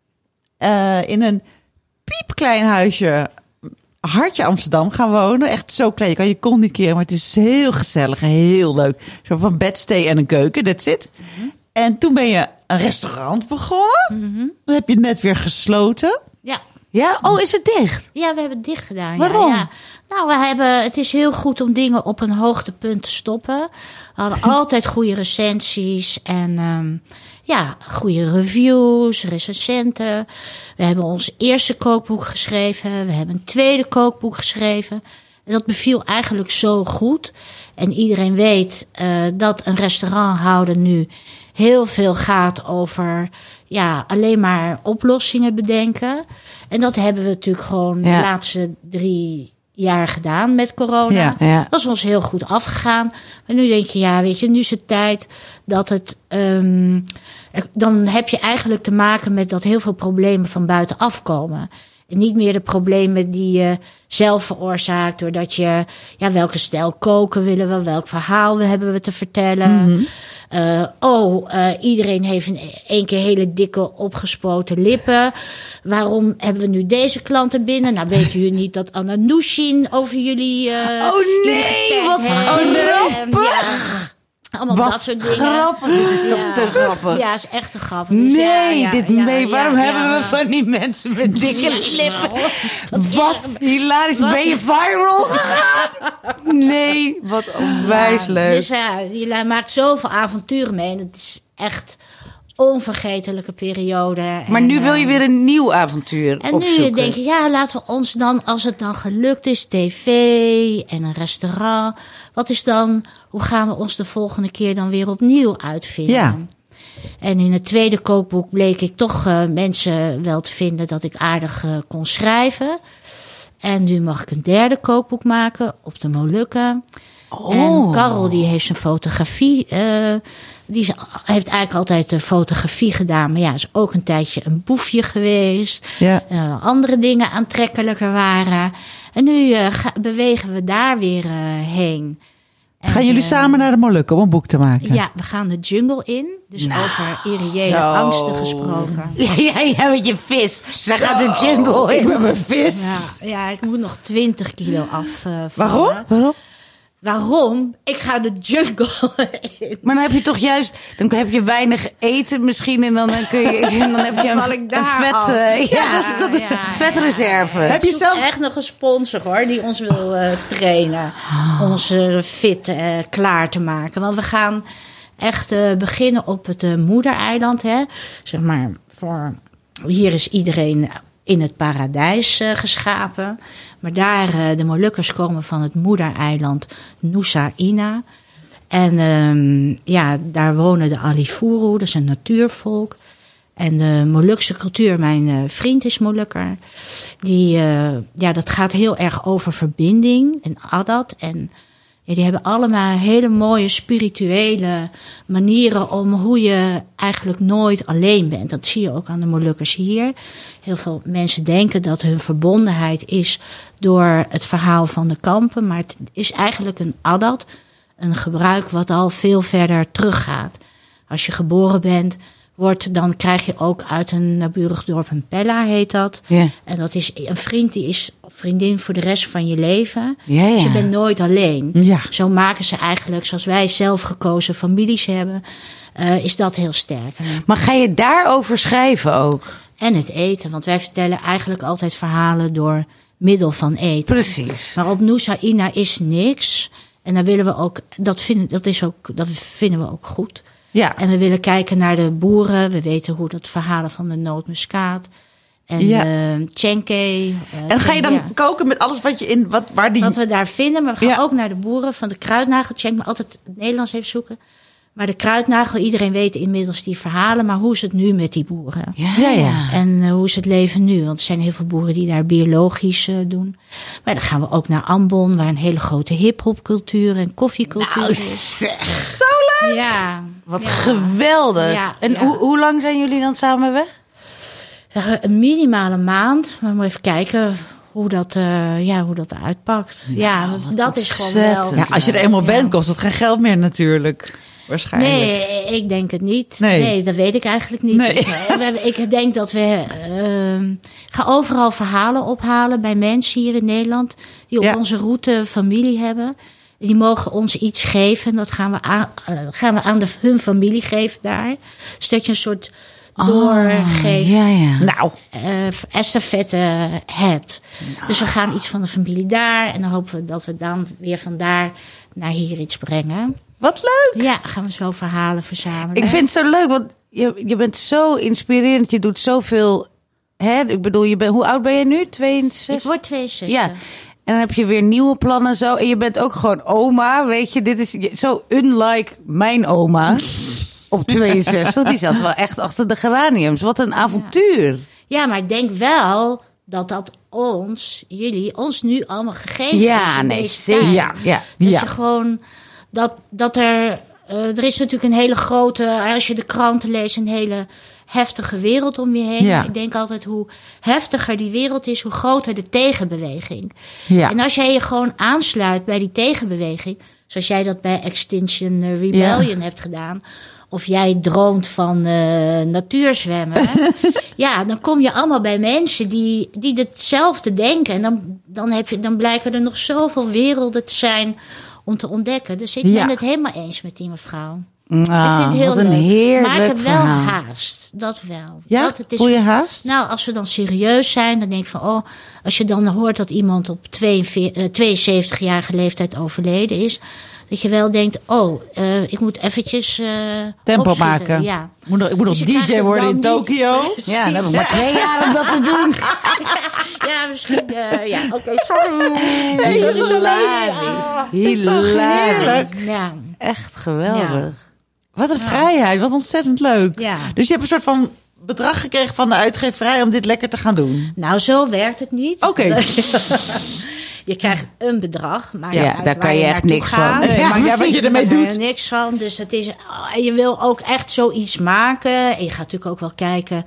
S2: In een piepklein huisje... Hartje Amsterdam gaan wonen. Echt zo klein. Je kan je kon niet keren, maar het is heel gezellig en heel leuk. Zo van bedstee en een keuken, that's it. Mm-hmm. En toen ben je een restaurant begonnen. Mm-hmm. Dat heb je net weer gesloten.
S4: Ja? Oh, is het dicht?
S5: Ja, we hebben het dicht gedaan.
S4: Waarom?
S5: Ja. Het is heel goed om dingen op een hoogtepunt te stoppen. We hadden altijd goede recensies en goede reviews, recensenten. We hebben ons eerste kookboek geschreven. We hebben een tweede kookboek geschreven. En dat beviel eigenlijk zo goed. En iedereen weet dat een restaurant houden nu heel veel gaat over alleen maar oplossingen bedenken. En dat hebben we natuurlijk gewoon de laatste 3 jaar gedaan met corona. Ja. Dat is ons heel goed afgegaan. Maar nu denk je, nu is het tijd dat het... dan heb je eigenlijk te maken met dat heel veel problemen van buitenaf komen. En niet meer de problemen die je zelf veroorzaakt. Doordat je, welke stijl koken willen we, welk verhaal hebben we te vertellen. Mm-hmm. Iedereen heeft in één keer hele dikke opgespoten lippen. Waarom hebben we nu deze klanten binnen? Nou, weten jullie niet dat Anna Nushin over jullie...
S4: wat grappig!
S5: Allemaal dat soort dingen.
S4: Grappig, dit is toch te grappig.
S5: Ja, is echt te grappig. Dus
S4: waarom hebben we van die mensen met dikke lippen? Wat hilarisch. Ben je viral gegaan? Nee, wat onwijs leuk.
S5: Dus je maakt zoveel avonturen mee. En het is echt onvergetelijke periode.
S4: Maar nu wil je weer een nieuw avontuur opzoeken.
S5: En nu denk je, laten we ons dan, als het dan gelukt is, tv en een restaurant. Hoe gaan we ons de volgende keer dan weer opnieuw uitvinden? Ja. En in het tweede kookboek bleek ik toch mensen wel te vinden dat ik aardig kon schrijven. En nu mag ik een derde kookboek maken op de Molukken. En Carol die heeft zijn fotografie... die heeft eigenlijk altijd de fotografie gedaan. Maar is ook een tijdje een boefje geweest. Ja. Andere dingen aantrekkelijker waren. En nu bewegen we daar weer heen.
S2: Gaan jullie samen naar de Molukken om een boek te maken?
S5: Ja, we gaan de jungle in. Dus over irreële angsten gesproken.
S4: Ja, met je vis. Daar gaat de jungle in.
S2: Ik ben mijn vis.
S5: Ja, ik moet nog 20 kilo
S2: afvallen.
S5: Waarom? Ik ga de jungle in.
S4: Maar dan heb je toch juist... Dan heb je weinig eten misschien. En dan heb je een vetreserve.
S5: Heb je zelf echt nog een sponsor hoor, die ons wil trainen. Ons fit klaar te maken. Want we gaan echt beginnen op het moedereiland. Hè? Zeg maar, hier is iedereen in het paradijs geschapen. Maar daar, de Molukkers komen van het moedereiland Nusa Ina. En daar wonen de Alifuru, dat is een natuurvolk. En de Molukse cultuur, mijn vriend is Molukker. Dat gaat heel erg over verbinding en adat. En die hebben allemaal hele mooie spirituele manieren om hoe je eigenlijk nooit alleen bent. Dat zie je ook aan de Molukkers hier. Heel veel mensen denken dat hun verbondenheid is door het verhaal van de kampen. Maar het is eigenlijk een adat, een gebruik wat al veel verder teruggaat. Als je geboren bent, dan krijg je ook uit een naburig dorp een pella, heet dat.
S4: Ja.
S5: En dat is een vriend, die is vriendin voor de rest van je leven.
S4: Ja.
S5: Dus je bent nooit alleen.
S2: Ja.
S5: Zo maken ze eigenlijk, zoals wij zelf gekozen families hebben, is dat heel sterk.
S4: Maar ga je daarover schrijven ook?
S5: En het eten, want wij vertellen eigenlijk altijd verhalen door middel van eten.
S4: Precies.
S5: Maar op Nusa Ina is niks. En dan willen we ook, dat vinden we ook goed.
S2: Ja.
S5: En we willen kijken naar de boeren. We weten hoe dat verhalen van de nootmuskaat. En Tjenke.
S2: En ga je dan koken met alles wat je
S5: wat we daar vinden. Maar we gaan ook naar de boeren van de kruidnagel. Tjenke moet altijd het Nederlands even zoeken. Maar de kruidnagel, iedereen weet inmiddels die verhalen. Maar hoe is het nu met die boeren?
S4: Ja.
S5: En hoe is het leven nu? Want er zijn heel veel boeren die daar biologisch doen. Maar dan gaan we ook naar Ambon, waar een hele grote hiphopcultuur en koffiecultuur is.
S4: Zeg.
S2: Zo leuk!
S5: Ja.
S4: Wat geweldig.
S5: Ja,
S4: En
S5: ja.
S4: hoe lang zijn jullie dan samen weg?
S5: Een minimale maand. Maar we moeten even kijken hoe dat uitpakt. Dat is gewoon wel.
S4: ontzettend.
S2: Ja, als je er eenmaal bent, kost het geen geld meer natuurlijk. Waarschijnlijk.
S5: Nee, ik denk het niet.
S2: Nee.
S5: Nee, dat weet ik eigenlijk niet.
S2: Nee.
S5: Ik denk dat we gaan overal verhalen ophalen bij mensen hier in Nederland die op onze route familie hebben. Die mogen ons iets geven. Dat gaan we aan hun familie geven daar. Dus dat je een soort doorgeeft.
S2: Nou,
S5: estafette hebt. Dus we gaan iets van de familie daar. En dan hopen we dat we dan weer vandaar naar hier iets brengen.
S2: wat leuk!
S5: Ja, gaan we zo verhalen verzamelen.
S4: Ik vind het zo leuk, want je bent zo inspirerend. Je doet zoveel. Hè? Ik bedoel, hoe oud ben je nu? 62?
S5: Ik word 62.
S4: Ja. En dan heb je weer nieuwe plannen zo. En je bent ook gewoon oma, weet je. Dit is zo unlike mijn oma op 62. Die zat wel echt achter de geraniums. Wat een avontuur.
S5: Ja, maar ik denk wel dat jullie ons nu allemaal gegeven is in deze tijd.
S4: Ja.
S5: Dat je gewoon, dat er is natuurlijk een hele grote, als je de kranten leest, een hele heftige wereld om je heen.
S2: Ja.
S5: Maar ik denk altijd, hoe heftiger die wereld is, hoe groter de tegenbeweging.
S2: Ja.
S5: En als jij je gewoon aansluit bij die tegenbeweging, zoals jij dat bij Extinction Rebellion hebt gedaan, of jij droomt van natuurzwemmen, dan kom je allemaal bij mensen die hetzelfde denken. En dan blijken er nog zoveel werelden te zijn om te ontdekken. Dus ik ben het helemaal eens met die mevrouw. Ik vind het heel leuk. Maar ik heb wel haast. Dat wel.
S2: Ja? Voel je haast?
S5: Nou, als we dan serieus zijn, dan denk ik van, als je dan hoort dat iemand op 72-jarige leeftijd overleden is, dat je wel denkt, ik moet eventjes
S2: tempo
S5: opschieten.
S2: maken.
S5: Ja.
S2: Ik moet nog
S5: Dus je
S2: DJ
S5: krijgt
S2: worden
S5: het
S2: in
S5: dan
S2: Tokio.
S5: niet.
S4: Ja, dan heb ik maar 2 jaar om dat te doen.
S5: Ja, misschien. Oké, sorry.
S2: Nee, dat is zo leuk.
S4: Hilarisch.
S5: Ja.
S4: Echt geweldig.
S2: Wat een vrijheid, wat ontzettend leuk.
S5: Ja.
S2: Dus je hebt een soort van bedrag gekregen van de uitgeverij om dit lekker te gaan doen.
S5: Nou, zo werkt het niet.
S2: Oké.
S5: Je krijgt een bedrag, maar
S4: Daar kan je echt niks van.
S2: Nee, maar ja, wat je ermee
S5: daar kan je
S2: doet.
S5: niks van. Dus het is, je wil ook echt zoiets maken. En je gaat natuurlijk ook wel kijken,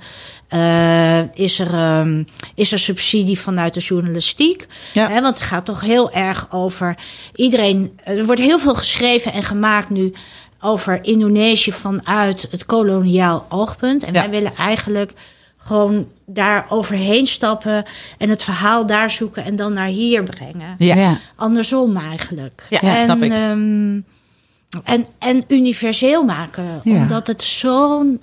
S5: is er subsidie vanuit de journalistiek?
S2: Ja.
S5: Want het gaat toch heel erg over iedereen. Er wordt heel veel geschreven en gemaakt nu over Indonesië vanuit het koloniaal oogpunt. En wij willen eigenlijk gewoon daar overheen stappen en het verhaal daar zoeken en dan naar hier brengen.
S2: Ja.
S5: Andersom eigenlijk.
S2: Ja, snap ik.
S5: En universeel maken.
S2: Ja.
S5: Omdat het zo'n...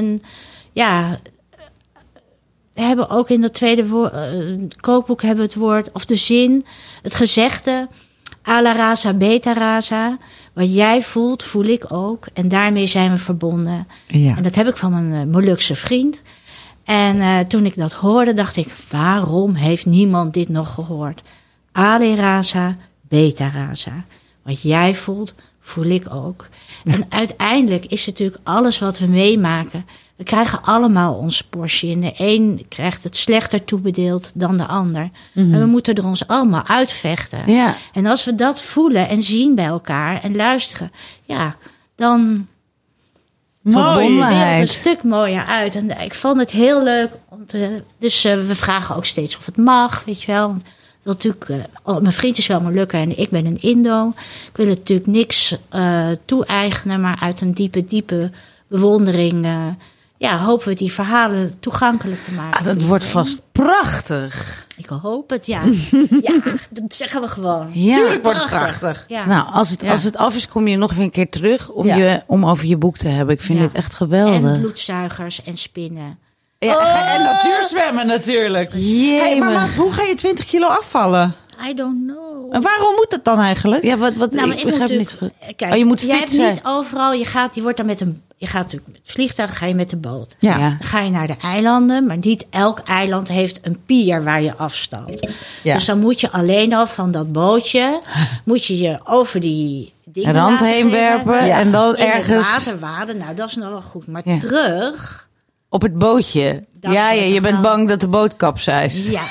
S5: we hebben ook in dat tweede kookboek hebben we het woord, of de zin, het gezegde, ala rasa, beta rasa. Wat jij voelt, voel ik ook. En daarmee zijn we verbonden.
S2: Ja.
S5: En dat heb ik van mijn Molukse vriend. En toen ik dat hoorde, dacht ik, waarom heeft niemand dit nog gehoord? Ale rasa, beta rasa. Wat jij voelt, voel ik ook. Ja. En uiteindelijk is het natuurlijk alles wat we meemaken. We krijgen allemaal ons portie. En de een krijgt het slechter toebedeeld dan de ander. En we moeten er ons allemaal uitvechten.
S4: Ja.
S5: En als we dat voelen en zien bij elkaar en luisteren... ja, dan...
S2: Mooi.
S5: ziet de wereld een stuk mooier uit. En ik vond het heel leuk. Dus we vragen ook steeds of het mag, weet je wel. Want wil natuurlijk, mijn vriend is wel Molukker en ik ben een Indo. Ik wil natuurlijk niks toe-eigenen, maar uit een diepe bewondering... hopen we die verhalen toegankelijk te maken.
S4: Dat wordt vast prachtig.
S5: Ik hoop het, ja. Ja, dat zeggen we gewoon.
S4: Ja.
S2: Tuurlijk wordt het prachtig.
S5: Ja.
S4: Nou, als het af is, kom je nog weer een keer terug om over je boek te hebben. Ik vind dit echt geweldig.
S5: En bloedzuigers en spinnen.
S2: Ja, en natuurzwemmen natuurlijk. Hey, maar Mas, hoe ga je 20 kilo afvallen?
S5: I don't know.
S2: En waarom moet dat dan eigenlijk?
S4: Ja, wat
S5: Nou,
S4: ik begrijp niet goed.
S5: Kijk,
S4: je moet
S5: jij
S4: fit
S5: hebt
S4: zijn.
S5: niet overal. Je gaat natuurlijk met het vliegtuig, ga je met de boot.
S2: Ja.
S4: Ja.
S5: Dan ga je naar de eilanden, maar niet elk eiland heeft een pier waar je afstapt.
S2: Ja.
S5: Dus dan moet je alleen al van dat bootje, moet je over die dingen
S4: Rand
S5: laten
S4: heen
S5: geven.
S4: werpen en dan
S5: in
S4: ergens
S5: het water waden. Nou, dat is nog wel goed. Maar
S4: Ja.
S5: terug,
S4: op het bootje.
S5: Dat
S4: Ja,
S5: is
S4: je bent
S5: wel-
S4: bang dat de boot kapseist.
S5: ja.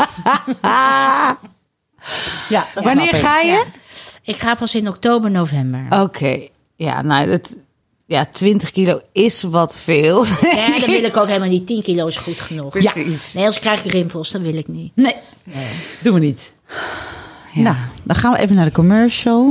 S2: Ja, dat
S4: Wanneer
S2: snap ik.
S4: ga je?
S5: Ja. Ik ga pas in oktober, november.
S4: Oké. Ja, nou, 20 kilo is wat veel.
S5: Ja, dan wil ik ook helemaal niet. 10 kilo is goed genoeg.
S4: Precies.
S5: Nee, als krijg ik rimpels, dan wil ik niet.
S2: Nee, doen we niet.
S4: Ja.
S2: Nou, dan gaan we even naar de commercial.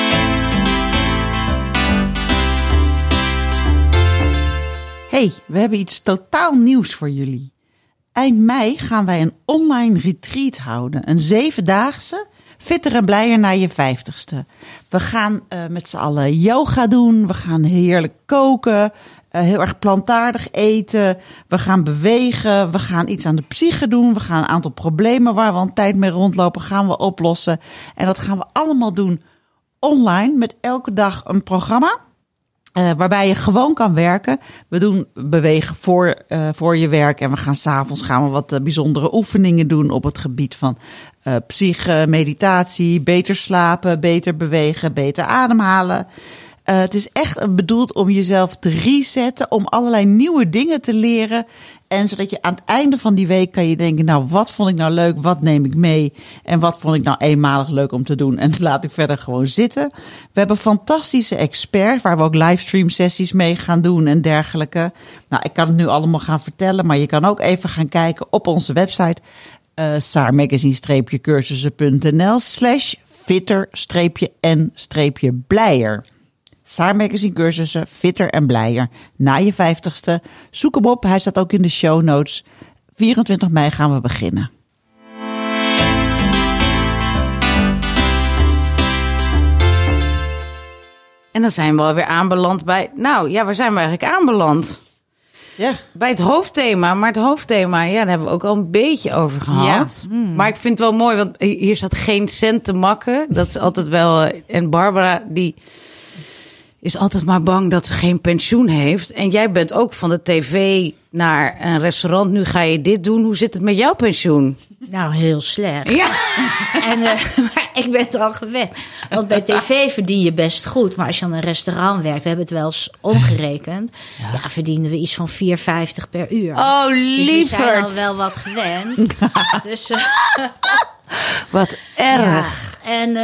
S2: Hey, we hebben iets totaal nieuws voor jullie. Eind mei gaan wij een online retreat houden. Een 7-daagse, fitter en blijer naar je 50ste. We gaan met z'n allen yoga doen. We gaan heerlijk koken. Heel erg plantaardig eten. We gaan bewegen. We gaan iets aan de psyche doen. We gaan een aantal problemen waar we al een tijd mee rondlopen, gaan we oplossen. En dat gaan we allemaal doen online met elke dag een programma. Waarbij je gewoon kan werken. We doen bewegen voor je werk. En we gaan 's avonds wat bijzondere oefeningen doen op het gebied van psyche, meditatie, beter slapen, beter bewegen, beter ademhalen. Het is echt bedoeld om jezelf te resetten, om allerlei nieuwe dingen te leren. En zodat je aan het einde van die week kan je denken, nou, wat vond ik nou leuk, wat neem ik mee? En wat vond ik nou eenmalig leuk om te doen? En laat ik verder gewoon zitten. We hebben fantastische experts, waar we ook livestream sessies mee gaan doen en dergelijke. Nou, ik kan het nu allemaal gaan vertellen, maar je kan ook even gaan kijken op onze website. saarmagazine-cursussen.nl/fitter-en-blijer. Saar Magazine cursussen, fitter en blijer. Na je 50ste. Zoek hem op, hij staat ook in de show notes. 24 mei gaan we beginnen.
S4: En dan zijn we alweer aanbeland bij... Nou ja, waar zijn we eigenlijk aanbeland?
S2: Ja.
S4: Bij het hoofdthema. Maar het hoofdthema, ja, daar hebben we ook al een beetje over gehad.
S2: Ja.
S4: Maar ik vind het wel mooi, want hier staat geen cent te makken. Dat is altijd wel... En Barbara, die is altijd maar bang dat ze geen pensioen heeft. En jij bent ook van de tv naar een restaurant. Nu ga je dit doen. Hoe zit het met jouw pensioen?
S5: Nou, heel slecht.
S4: Ja.
S5: En maar ik ben er al gewend. Want bij tv verdien je best goed. Maar als je aan een restaurant werkt, we hebben het wel eens omgerekend. Ja, verdienen we iets van 4,50 per uur.
S4: Oh,
S5: Dus we zijn
S4: lieverd.
S5: al wel wat gewend. Dus,
S4: Wat erg.
S5: ja. En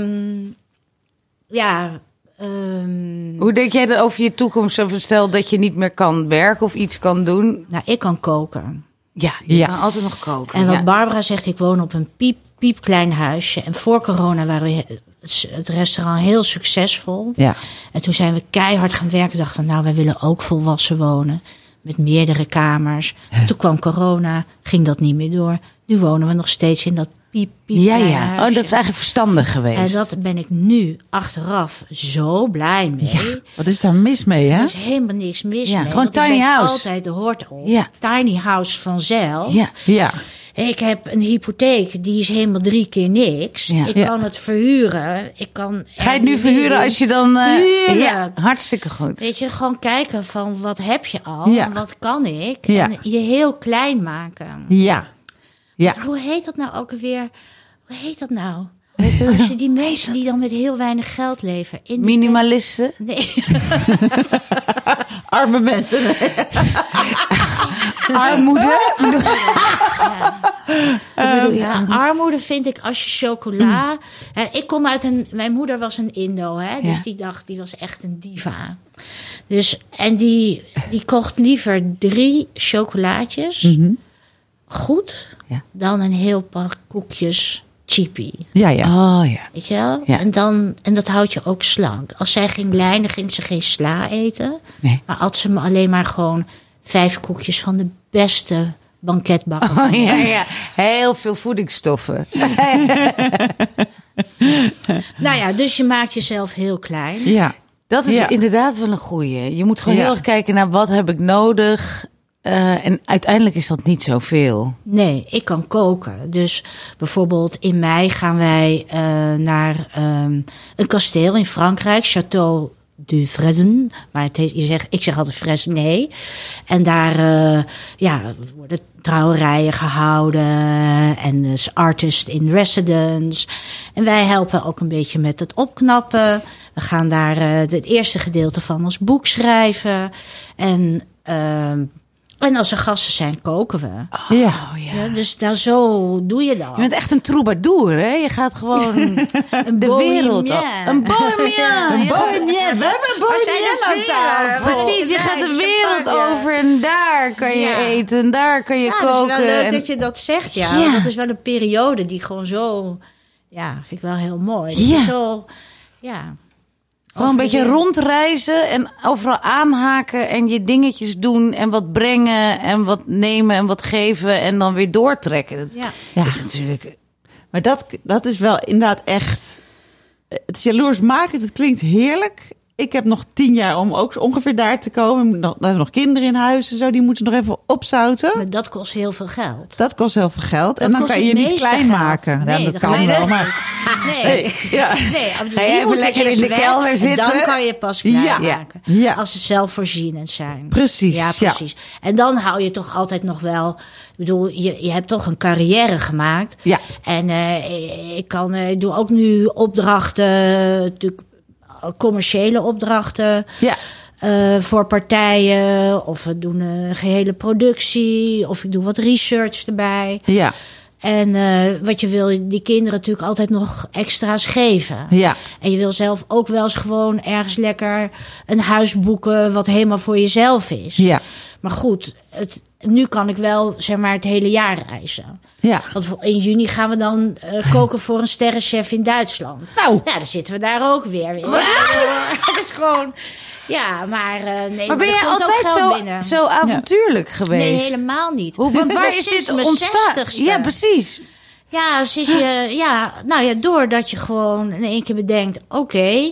S4: Hoe denk jij dat over je toekomst? Stel dat je niet meer kan werken of iets kan doen.
S5: nou, ik kan koken.
S4: Ja, je
S2: Ja.
S4: kan altijd nog koken.
S5: En wat
S4: Ja.
S5: Barbara zegt, ik woon op een piepklein huisje. En voor corona waren we het restaurant heel succesvol.
S2: Ja.
S5: En toen zijn we keihard gaan werken. Dachten, nou, wij willen ook volwassen wonen. Met meerdere kamers. Toen kwam corona, ging dat niet meer door. Nu wonen we nog steeds in dat
S4: Ja,
S5: piepklein
S4: ja.
S5: huisje.
S4: Oh, dat is eigenlijk verstandig geweest.
S5: En dat ben ik nu achteraf zo blij mee.
S2: Wat is daar mis mee, hè?
S5: Er is helemaal niks mis
S4: Ja,
S5: mee.
S4: gewoon
S5: want ik
S4: tiny
S5: ben
S4: house.
S5: altijd, er hoort op.
S4: Ja.
S5: Tiny house vanzelf.
S4: Ja.
S2: Ja.
S5: Ik heb een hypotheek, die is helemaal 3 keer niks.
S4: Ja.
S5: Ik
S2: Ja.
S5: kan het verhuren. Ik kan
S4: Ga je het nu verhuren als je dan...
S5: Tuurlijk.
S4: ja, hartstikke goed.
S5: Weet je, gewoon kijken van wat heb je al
S2: Ja.
S5: en wat kan ik.
S2: Ja.
S5: En je heel klein maken.
S2: Ja. Ja.
S5: Hoe heet dat nou ook alweer? Hoe heet dat nou? Als je die mensen die dan met heel weinig geld leven.
S4: Minimalisten?
S5: Nee.
S2: Arme mensen.
S4: Armoede?
S5: Armoede vind ik als je chocola... ik kom uit mijn moeder was een Indo, hè, dus die was echt een diva. Dus, en die kocht liever 3 chocolaatjes, goed, dan een heel pak koekjes cheapie.
S2: Ja.
S4: Oh ja.
S5: Weet je wel?
S4: Ja.
S5: En dat houdt je ook slank. Als zij ging lijnen, ging ze geen sla eten.
S4: Nee.
S5: Maar at ze alleen maar gewoon 5 koekjes van de beste banketbakker.
S4: Oh, ja. Heel veel voedingsstoffen.
S5: Nou ja, dus je maakt jezelf heel klein.
S2: Ja.
S4: Dat is inderdaad wel een goeie. Je moet gewoon heel erg kijken naar wat heb ik nodig. En uiteindelijk is dat niet zoveel.
S5: Nee, ik kan koken. Dus bijvoorbeeld in mei gaan wij naar een kasteel in Frankrijk, Château du Fresne. Maar ik zeg altijd Fresne. En daar worden trouwerijen gehouden en dus artist in residence. En wij helpen ook een beetje met het opknappen. We gaan daar het eerste gedeelte van ons boek schrijven. En als er gasten zijn, koken we.
S2: Ja.
S5: Ja, dus zo doe je dat.
S4: Je bent echt een troubadour, hè? Je gaat gewoon de wereld op. Een bohemien.
S2: Een bohemien. We hebben een bohemien aan tafel.
S4: Precies, je gaat de wereld over en daar kan je eten en daar kan je koken.
S5: Het is wel leuk dat je dat zegt, ja. Want dat is wel een periode die gewoon zo... Ja, vind ik wel heel mooi. Dat je zo,
S4: gewoon een beetje rondreizen en overal aanhaken en je dingetjes doen en wat brengen en wat nemen en wat geven en dan weer doortrekken. Dat is natuurlijk...
S2: Maar dat is wel inderdaad echt... Het is jaloersmakend, het klinkt heerlijk. Ik heb nog 10 jaar om ook ongeveer daar te komen. We hebben nog kinderen in huis en zo, die moeten nog even opzouten.
S5: Maar dat kost heel veel geld.
S2: Dat kost heel veel geld.
S5: Dat
S2: en dan kan je niet klein
S5: geld
S2: maken.
S5: Nee,
S2: dat kan wel, maar...
S5: Nee.
S4: Ga je even lekker in de kelder zitten?
S5: Dan kan je pas klein maken.
S2: Ja.
S5: Als ze zelfvoorzienend zijn.
S2: Precies.
S5: Ja, precies. Ja. En dan hou je toch altijd nog wel... Ik bedoel, je hebt toch een carrière gemaakt.
S2: Ja.
S5: En ik doe ook nu opdrachten... natuurlijk commerciële opdrachten voor partijen. Of we doen een gehele productie. Of ik doe wat research erbij.
S2: Ja.
S5: En wat je wil, die kinderen natuurlijk altijd nog extra's geven.
S2: Ja.
S5: En je wil zelf ook wel eens gewoon ergens lekker een huis boeken... wat helemaal voor jezelf is.
S2: Ja.
S5: Maar goed, nu kan ik wel zeg maar het hele jaar reizen.
S2: Ja.
S5: Want in juni gaan we dan koken voor een sterrenchef in Duitsland.
S2: Nou.
S5: Ja, dan zitten we daar ook weer. Het is gewoon... Ja, maar nee.
S4: Maar ben je altijd zo avontuurlijk geweest?
S5: Nee, helemaal niet.
S4: Want waar is dit ontstaan? Ja, precies.
S5: Ja, doordat je gewoon in één keer bedenkt... Oké,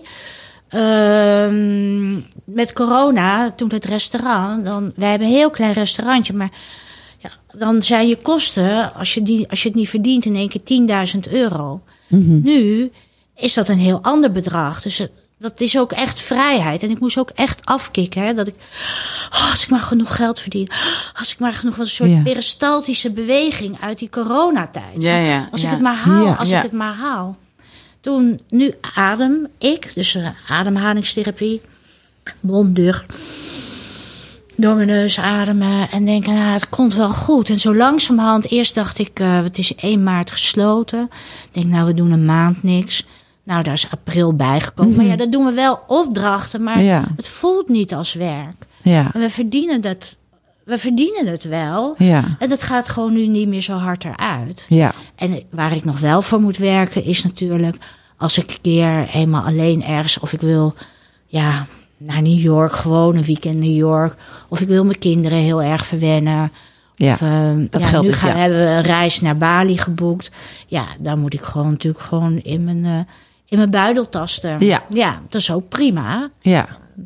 S5: met corona, toen het restaurant... wij hebben een heel klein restaurantje, maar... Ja, dan zijn je kosten, als je het niet verdient... in één keer €10.000. Mm-hmm. Nu is dat een heel ander bedrag. Dus dat is ook echt vrijheid. En ik moest ook echt afkicken. Hè, dat ik, als ik maar genoeg geld verdien. Als ik maar genoeg... Wat een soort peristaltische beweging uit die coronatijd.
S4: Ja,
S5: als ik het maar haal, ik het maar haal. Toen, nu dus ademhalingstherapie. Mond dicht. Door mijn neus ademen en denken, het komt wel goed. En zo langzamerhand, eerst dacht ik, het is 1 maart gesloten. Ik denk, we doen een maand niks. Nou, daar is april bijgekomen.
S2: Mm-hmm.
S5: Maar dat doen we wel opdrachten, maar het voelt niet als werk.
S2: Ja.
S5: En we verdienen het wel.
S2: Ja.
S5: En dat gaat gewoon nu niet meer zo hard eruit.
S2: Ja.
S5: En waar ik nog wel voor moet werken is natuurlijk... als ik een keer helemaal alleen ergens... of ik wil naar New York, gewoon een weekend New York... of ik wil mijn kinderen heel erg verwennen...
S2: Ja,
S5: of,
S2: dat geldt dus,
S5: hebben we een reis naar Bali geboekt. Ja, daar moet ik natuurlijk gewoon in mijn buidel tasten. Ja, dat is ook prima.
S2: Ja.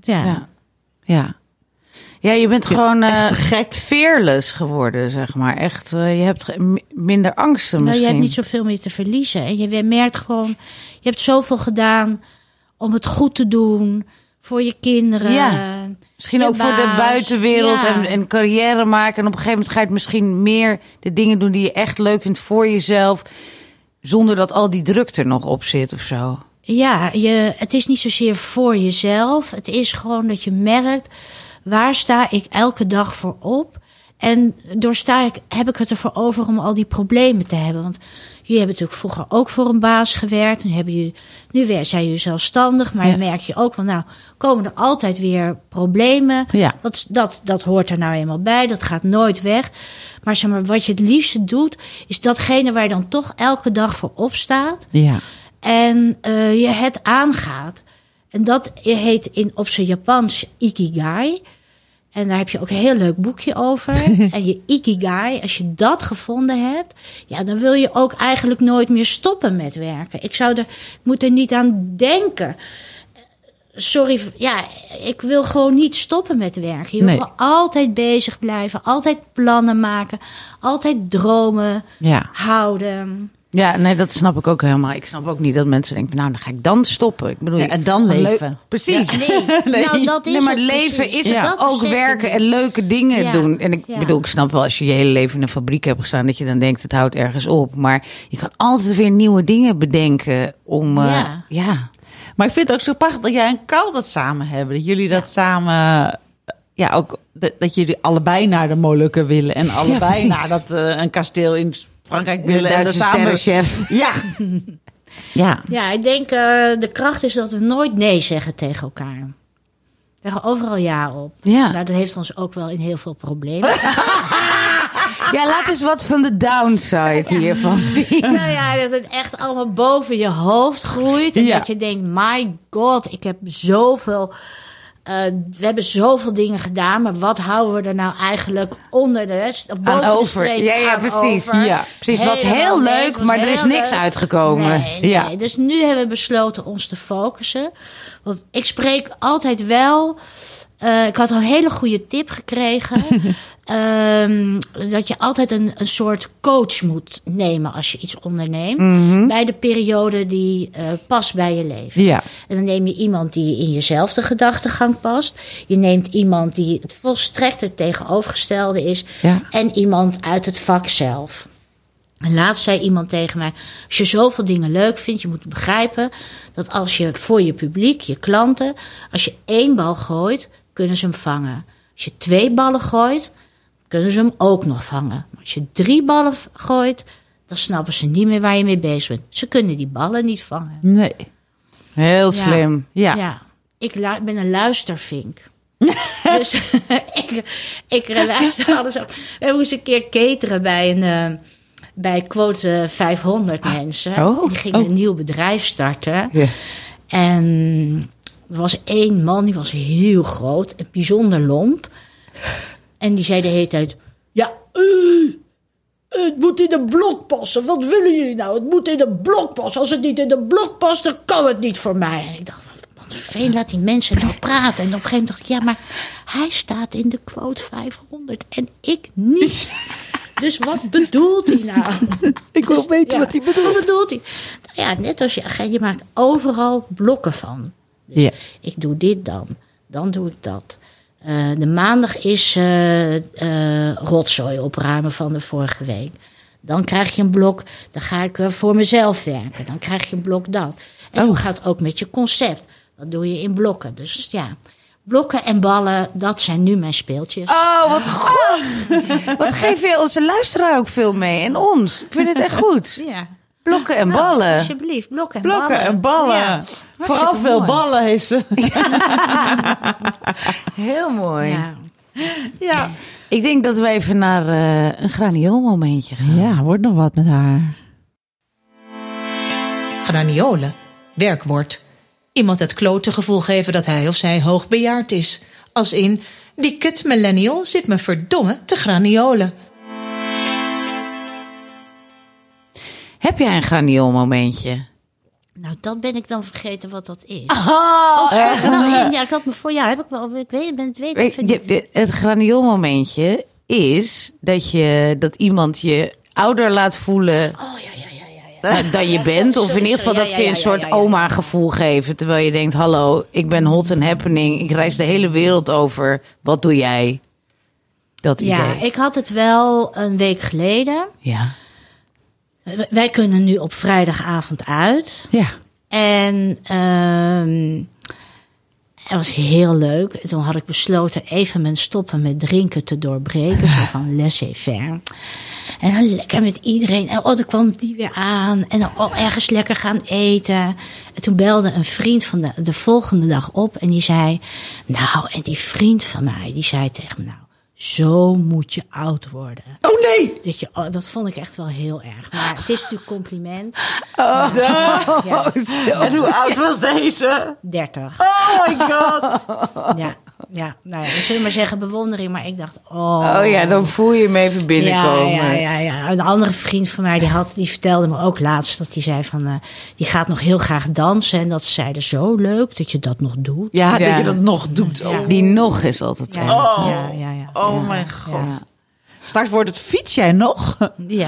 S4: Ja, je bent gewoon
S2: echt gek
S4: fearless geworden, zeg maar. Echt, je hebt minder angsten misschien.
S5: Je hebt niet zoveel meer te verliezen. En je merkt gewoon, je hebt zoveel gedaan om het goed te doen voor je kinderen.
S4: Ja. Misschien ook voor de buitenwereld en carrière maken. En op een gegeven moment ga je misschien meer de dingen doen die je echt leuk vindt voor jezelf. Zonder dat al die druk er nog op zit of zo.
S5: Ja, het is niet zozeer voor jezelf. Het is gewoon dat je merkt, waar sta ik elke dag voor op? En heb ik het ervoor over om al die problemen te hebben. Want jullie hebben natuurlijk vroeger ook voor een baas gewerkt. Nu zijn jullie zelfstandig. Maar dan merk je ook van, komen er altijd weer problemen.
S2: Ja.
S5: Dat hoort er nou eenmaal bij. Dat gaat nooit weg. Maar zeg maar, wat je het liefste doet, is datgene waar je dan toch elke dag voor opstaat.
S2: Ja.
S5: En je het aangaat. En dat heet op zijn Japans Ikigai. En daar heb je ook een heel leuk boekje over. En je Ikigai, als je dat gevonden hebt, dan wil je ook eigenlijk nooit meer stoppen met werken. Ik moet er niet aan denken. Sorry, ik wil gewoon niet stoppen met werken. Je wil altijd bezig blijven, altijd plannen maken, altijd dromen houden.
S4: Ja, nee, dat snap ik ook helemaal. Ik snap ook niet dat mensen denken, dan ga ik dan stoppen. Ik bedoel,
S2: en dan leven.
S4: Precies.
S5: Ja, nee. Dat is
S4: maar
S5: het
S4: leven
S5: precies.
S4: is het ook werken en leuke dingen doen. En ik bedoel, ik snap wel als je je hele leven in een fabriek hebt gestaan, dat je dan denkt, het houdt ergens op. Maar je kan altijd weer nieuwe dingen bedenken om,
S2: Maar ik vind het ook zo prachtig dat jij en Carl dat samen hebben. Dat jullie dat samen, ook dat jullie allebei naar de Molukken willen. En allebei naar een kasteel in Frankrijk willen.
S4: De Duitse sterrenchef.
S5: Ja, ik denk de kracht is dat we nooit nee zeggen tegen elkaar. We zeggen overal ja op.
S4: Ja.
S5: Nou, dat heeft ons ook wel in heel veel problemen.
S4: Ja, laat eens wat van de downside hiervan zien.
S5: Dat het echt allemaal boven je hoofd groeit. En dat je denkt, my god, ik heb zoveel... we hebben zoveel dingen gedaan, maar wat houden we er nou eigenlijk onder de rest? Of boven de streep
S4: precies.
S5: Over?
S4: Ja, precies. Het was heel leuk, maar er is niks uitgekomen.
S5: Nee. Dus nu hebben we besloten ons te focussen. Want ik spreek altijd wel... ik had al een hele goede tip gekregen. Dat je altijd een soort coach moet nemen als je iets onderneemt. Mm-hmm. Bij de periode die past bij je leven.
S2: Ja.
S5: En dan neem je iemand die in jezelfde gedachtegang past. Je neemt iemand die het volstrekt het tegenovergestelde is.
S2: Ja.
S5: En iemand uit het vak zelf. En laatst zei iemand tegen mij, als je zoveel dingen leuk vindt, je moet begrijpen dat als je voor je publiek, je klanten, als je 1 bal gooit, kunnen ze hem vangen. Als je 2 ballen gooit, kunnen ze hem ook nog vangen. Maar als je 3 ballen gooit, dan snappen ze niet meer waar je mee bezig bent. Ze kunnen die ballen niet vangen.
S2: Nee.
S4: Heel slim.
S5: Ja. Ik ben een luistervink. Dus ik luister alles op. We moesten een keer cateren bij quote 500 mensen. Die gingen een nieuw bedrijf starten. Yeah. En er was 1 man, die was heel groot en bijzonder lomp. En die zei de hele tijd, het moet in de blok passen. Wat willen jullie nou? Het moet in de blok passen. Als het niet in de blok past, dan kan het niet voor mij. En ik dacht, wat vervelend, laat die mensen nou praten. En op een gegeven moment dacht ik, maar hij staat in de quote 500 en ik niet. Dus wat bedoelt hij nou?
S2: Ik wil weten wat hij bedoelt.
S5: Wat bedoelt hij? Nou net als je agent, je maakt overal blokken van. Dus ik doe dit dan doe ik dat. De maandag is rotzooi opruimen van de vorige week. Dan krijg je een blok, dan ga ik voor mezelf werken. Dan krijg je een blok dat. En zo gaat het ook met je concept. Dat doe je in blokken. Dus blokken en ballen, dat zijn nu mijn speeltjes.
S4: Oh, wat goed! Wat geef je onze luisteraar ook veel mee en ons. Ik vind het echt goed.
S5: Ja.
S4: Blokken en ballen.
S5: Alsjeblieft, blokken
S2: en ballen. Ja. Vooral veel ballen heeft ze.
S4: Heel mooi.
S5: Ja.
S4: Ik denk dat we even naar een granioolmomentje gaan.
S2: Ja, wordt nog wat met haar.
S3: Graniolen. Werkwoord. Iemand het klote gevoel geven dat hij of zij hoogbejaard is. Als in, die kut millennial zit me verdomme te graniolen.
S4: Heb jij een granioolmomentje?
S5: Nou, dat ben ik dan vergeten wat dat is.
S4: Ik
S5: had me voor jou. Heb ik wel. Ik weet even niet.
S4: Het granioolmomentje is dat iemand je ouder laat voelen. Dan je bent. Of in ieder geval dat ze een soort oma-gevoel geven. Terwijl je denkt, hallo, ik ben hot and happening. Ik reis de hele wereld over. Wat doe jij? Dat idee.
S5: Ja, ik had het wel een week geleden.
S4: Ja.
S5: wij kunnen nu op vrijdagavond uit.
S2: Ja.
S5: En het was heel leuk. En toen had ik besloten even mijn stoppen met drinken te doorbreken. Zo van laissez-faire. En dan lekker met iedereen. En dan kwam die weer aan. En dan ergens lekker gaan eten. En toen belde een vriend van de volgende dag op. En die zei, nou, en die vriend van mij, die zei tegen me, nou, zo moet je oud worden.
S2: Oh nee!
S5: Dat vond ik echt wel heel erg. Maar het is natuurlijk compliment.
S2: Ja. En hoe oud was deze?
S5: 30.
S2: Oh my god!
S5: Ja, nou ja, we zullen maar zeggen bewondering, maar ik dacht,
S4: Oh ja, dan voel je hem even binnenkomen.
S5: Ja. Een andere vriend van mij, die vertelde me ook laatst dat hij zei van, die gaat nog heel graag dansen. En dat zeiden zo leuk dat je dat nog doet.
S2: Ja, dat je dat nog doet.
S5: Ja.
S2: Oh.
S4: Die nog is altijd zo.
S5: Ja.
S2: Oh mijn god. Straks wordt het fiets jij nog?
S5: Ja.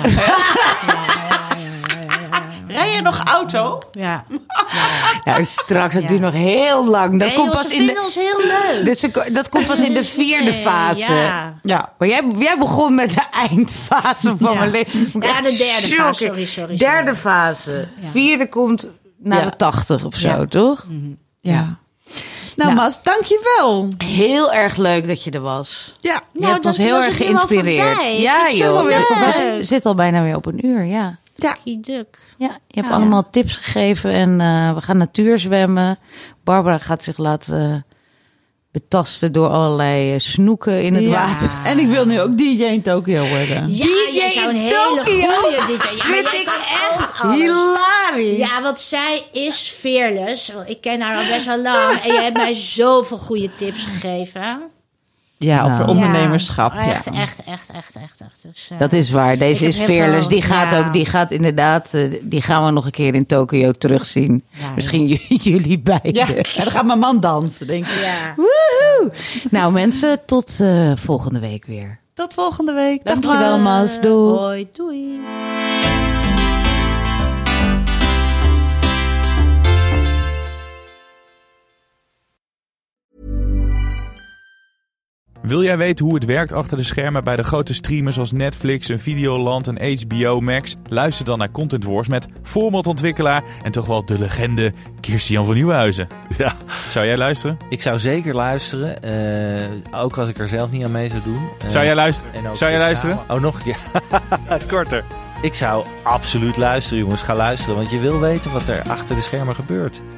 S2: Rij je nog auto?
S5: Ja.
S4: Nou, straks, dat duurt nog heel lang. Dat komt pas
S5: ze
S4: in
S5: vinden ons heel leuk.
S4: dat komt pas in de 4e fase.
S5: Ja.
S4: Maar jij begon met de eindfase van mijn leven.
S5: Ja, de derde fase. Sorry.
S4: Derde fase.
S5: Ja.
S4: 4e komt na de 80 of zo,
S5: Ja.
S4: toch?
S2: Ja. Nou, Mas, dankjewel.
S4: Heel erg leuk dat je er was.
S2: Ja.
S4: Je hebt ons heel erg geïnspireerd. Ja, joh. We zitten al bijna weer op een uur, ja.
S5: Duk.
S4: Ja, je hebt allemaal tips gegeven en we gaan natuurzwemmen. Barbara gaat zich laten betasten door allerlei snoeken in het water.
S2: En ik wil nu ook DJ in Tokio worden.
S5: Ja, jij zou een hele goede DJ.
S4: Vind ik echt hilarisch.
S5: Ja, want zij is fearless. Want ik ken haar al best wel lang. En jij hebt mij zoveel goede tips gegeven.
S2: Ja, over ondernemerschap.
S5: Ja, echt. Dus,
S4: Dat is waar. Deze is fearless. Die gaat
S5: ja.
S4: ook, die gaat inderdaad, die gaan we nog een keer in Tokio terugzien.
S5: Ja,
S4: Misschien jullie beiden.
S2: Ja, en dan gaat mijn man dansen, denk ik.
S5: Ja.
S4: Woehoe! Nou mensen, tot volgende week weer.
S2: Tot volgende week. Dag,
S4: Dankjewel,
S2: Mas.
S4: Mas. Doei.
S5: Hoi, doei.
S6: Wil jij weten hoe het werkt achter de schermen bij de grote streamers als Netflix, en Videoland en HBO Max? Luister dan naar Content Wars met voorbeeldontwikkelaar en toch wel de legende Kirstian van Nieuwenhuizen. Ja, zou jij luisteren?
S7: Ik zou zeker luisteren, ook als ik er zelf niet aan mee zou doen.
S6: Zou jij luisteren?
S7: En ook
S6: Zou jij luisteren?
S7: samen. Oh, nog een keer.
S6: Korter.
S7: Ik zou absoluut luisteren, jongens. Ga luisteren, want je wil weten wat er achter de schermen gebeurt.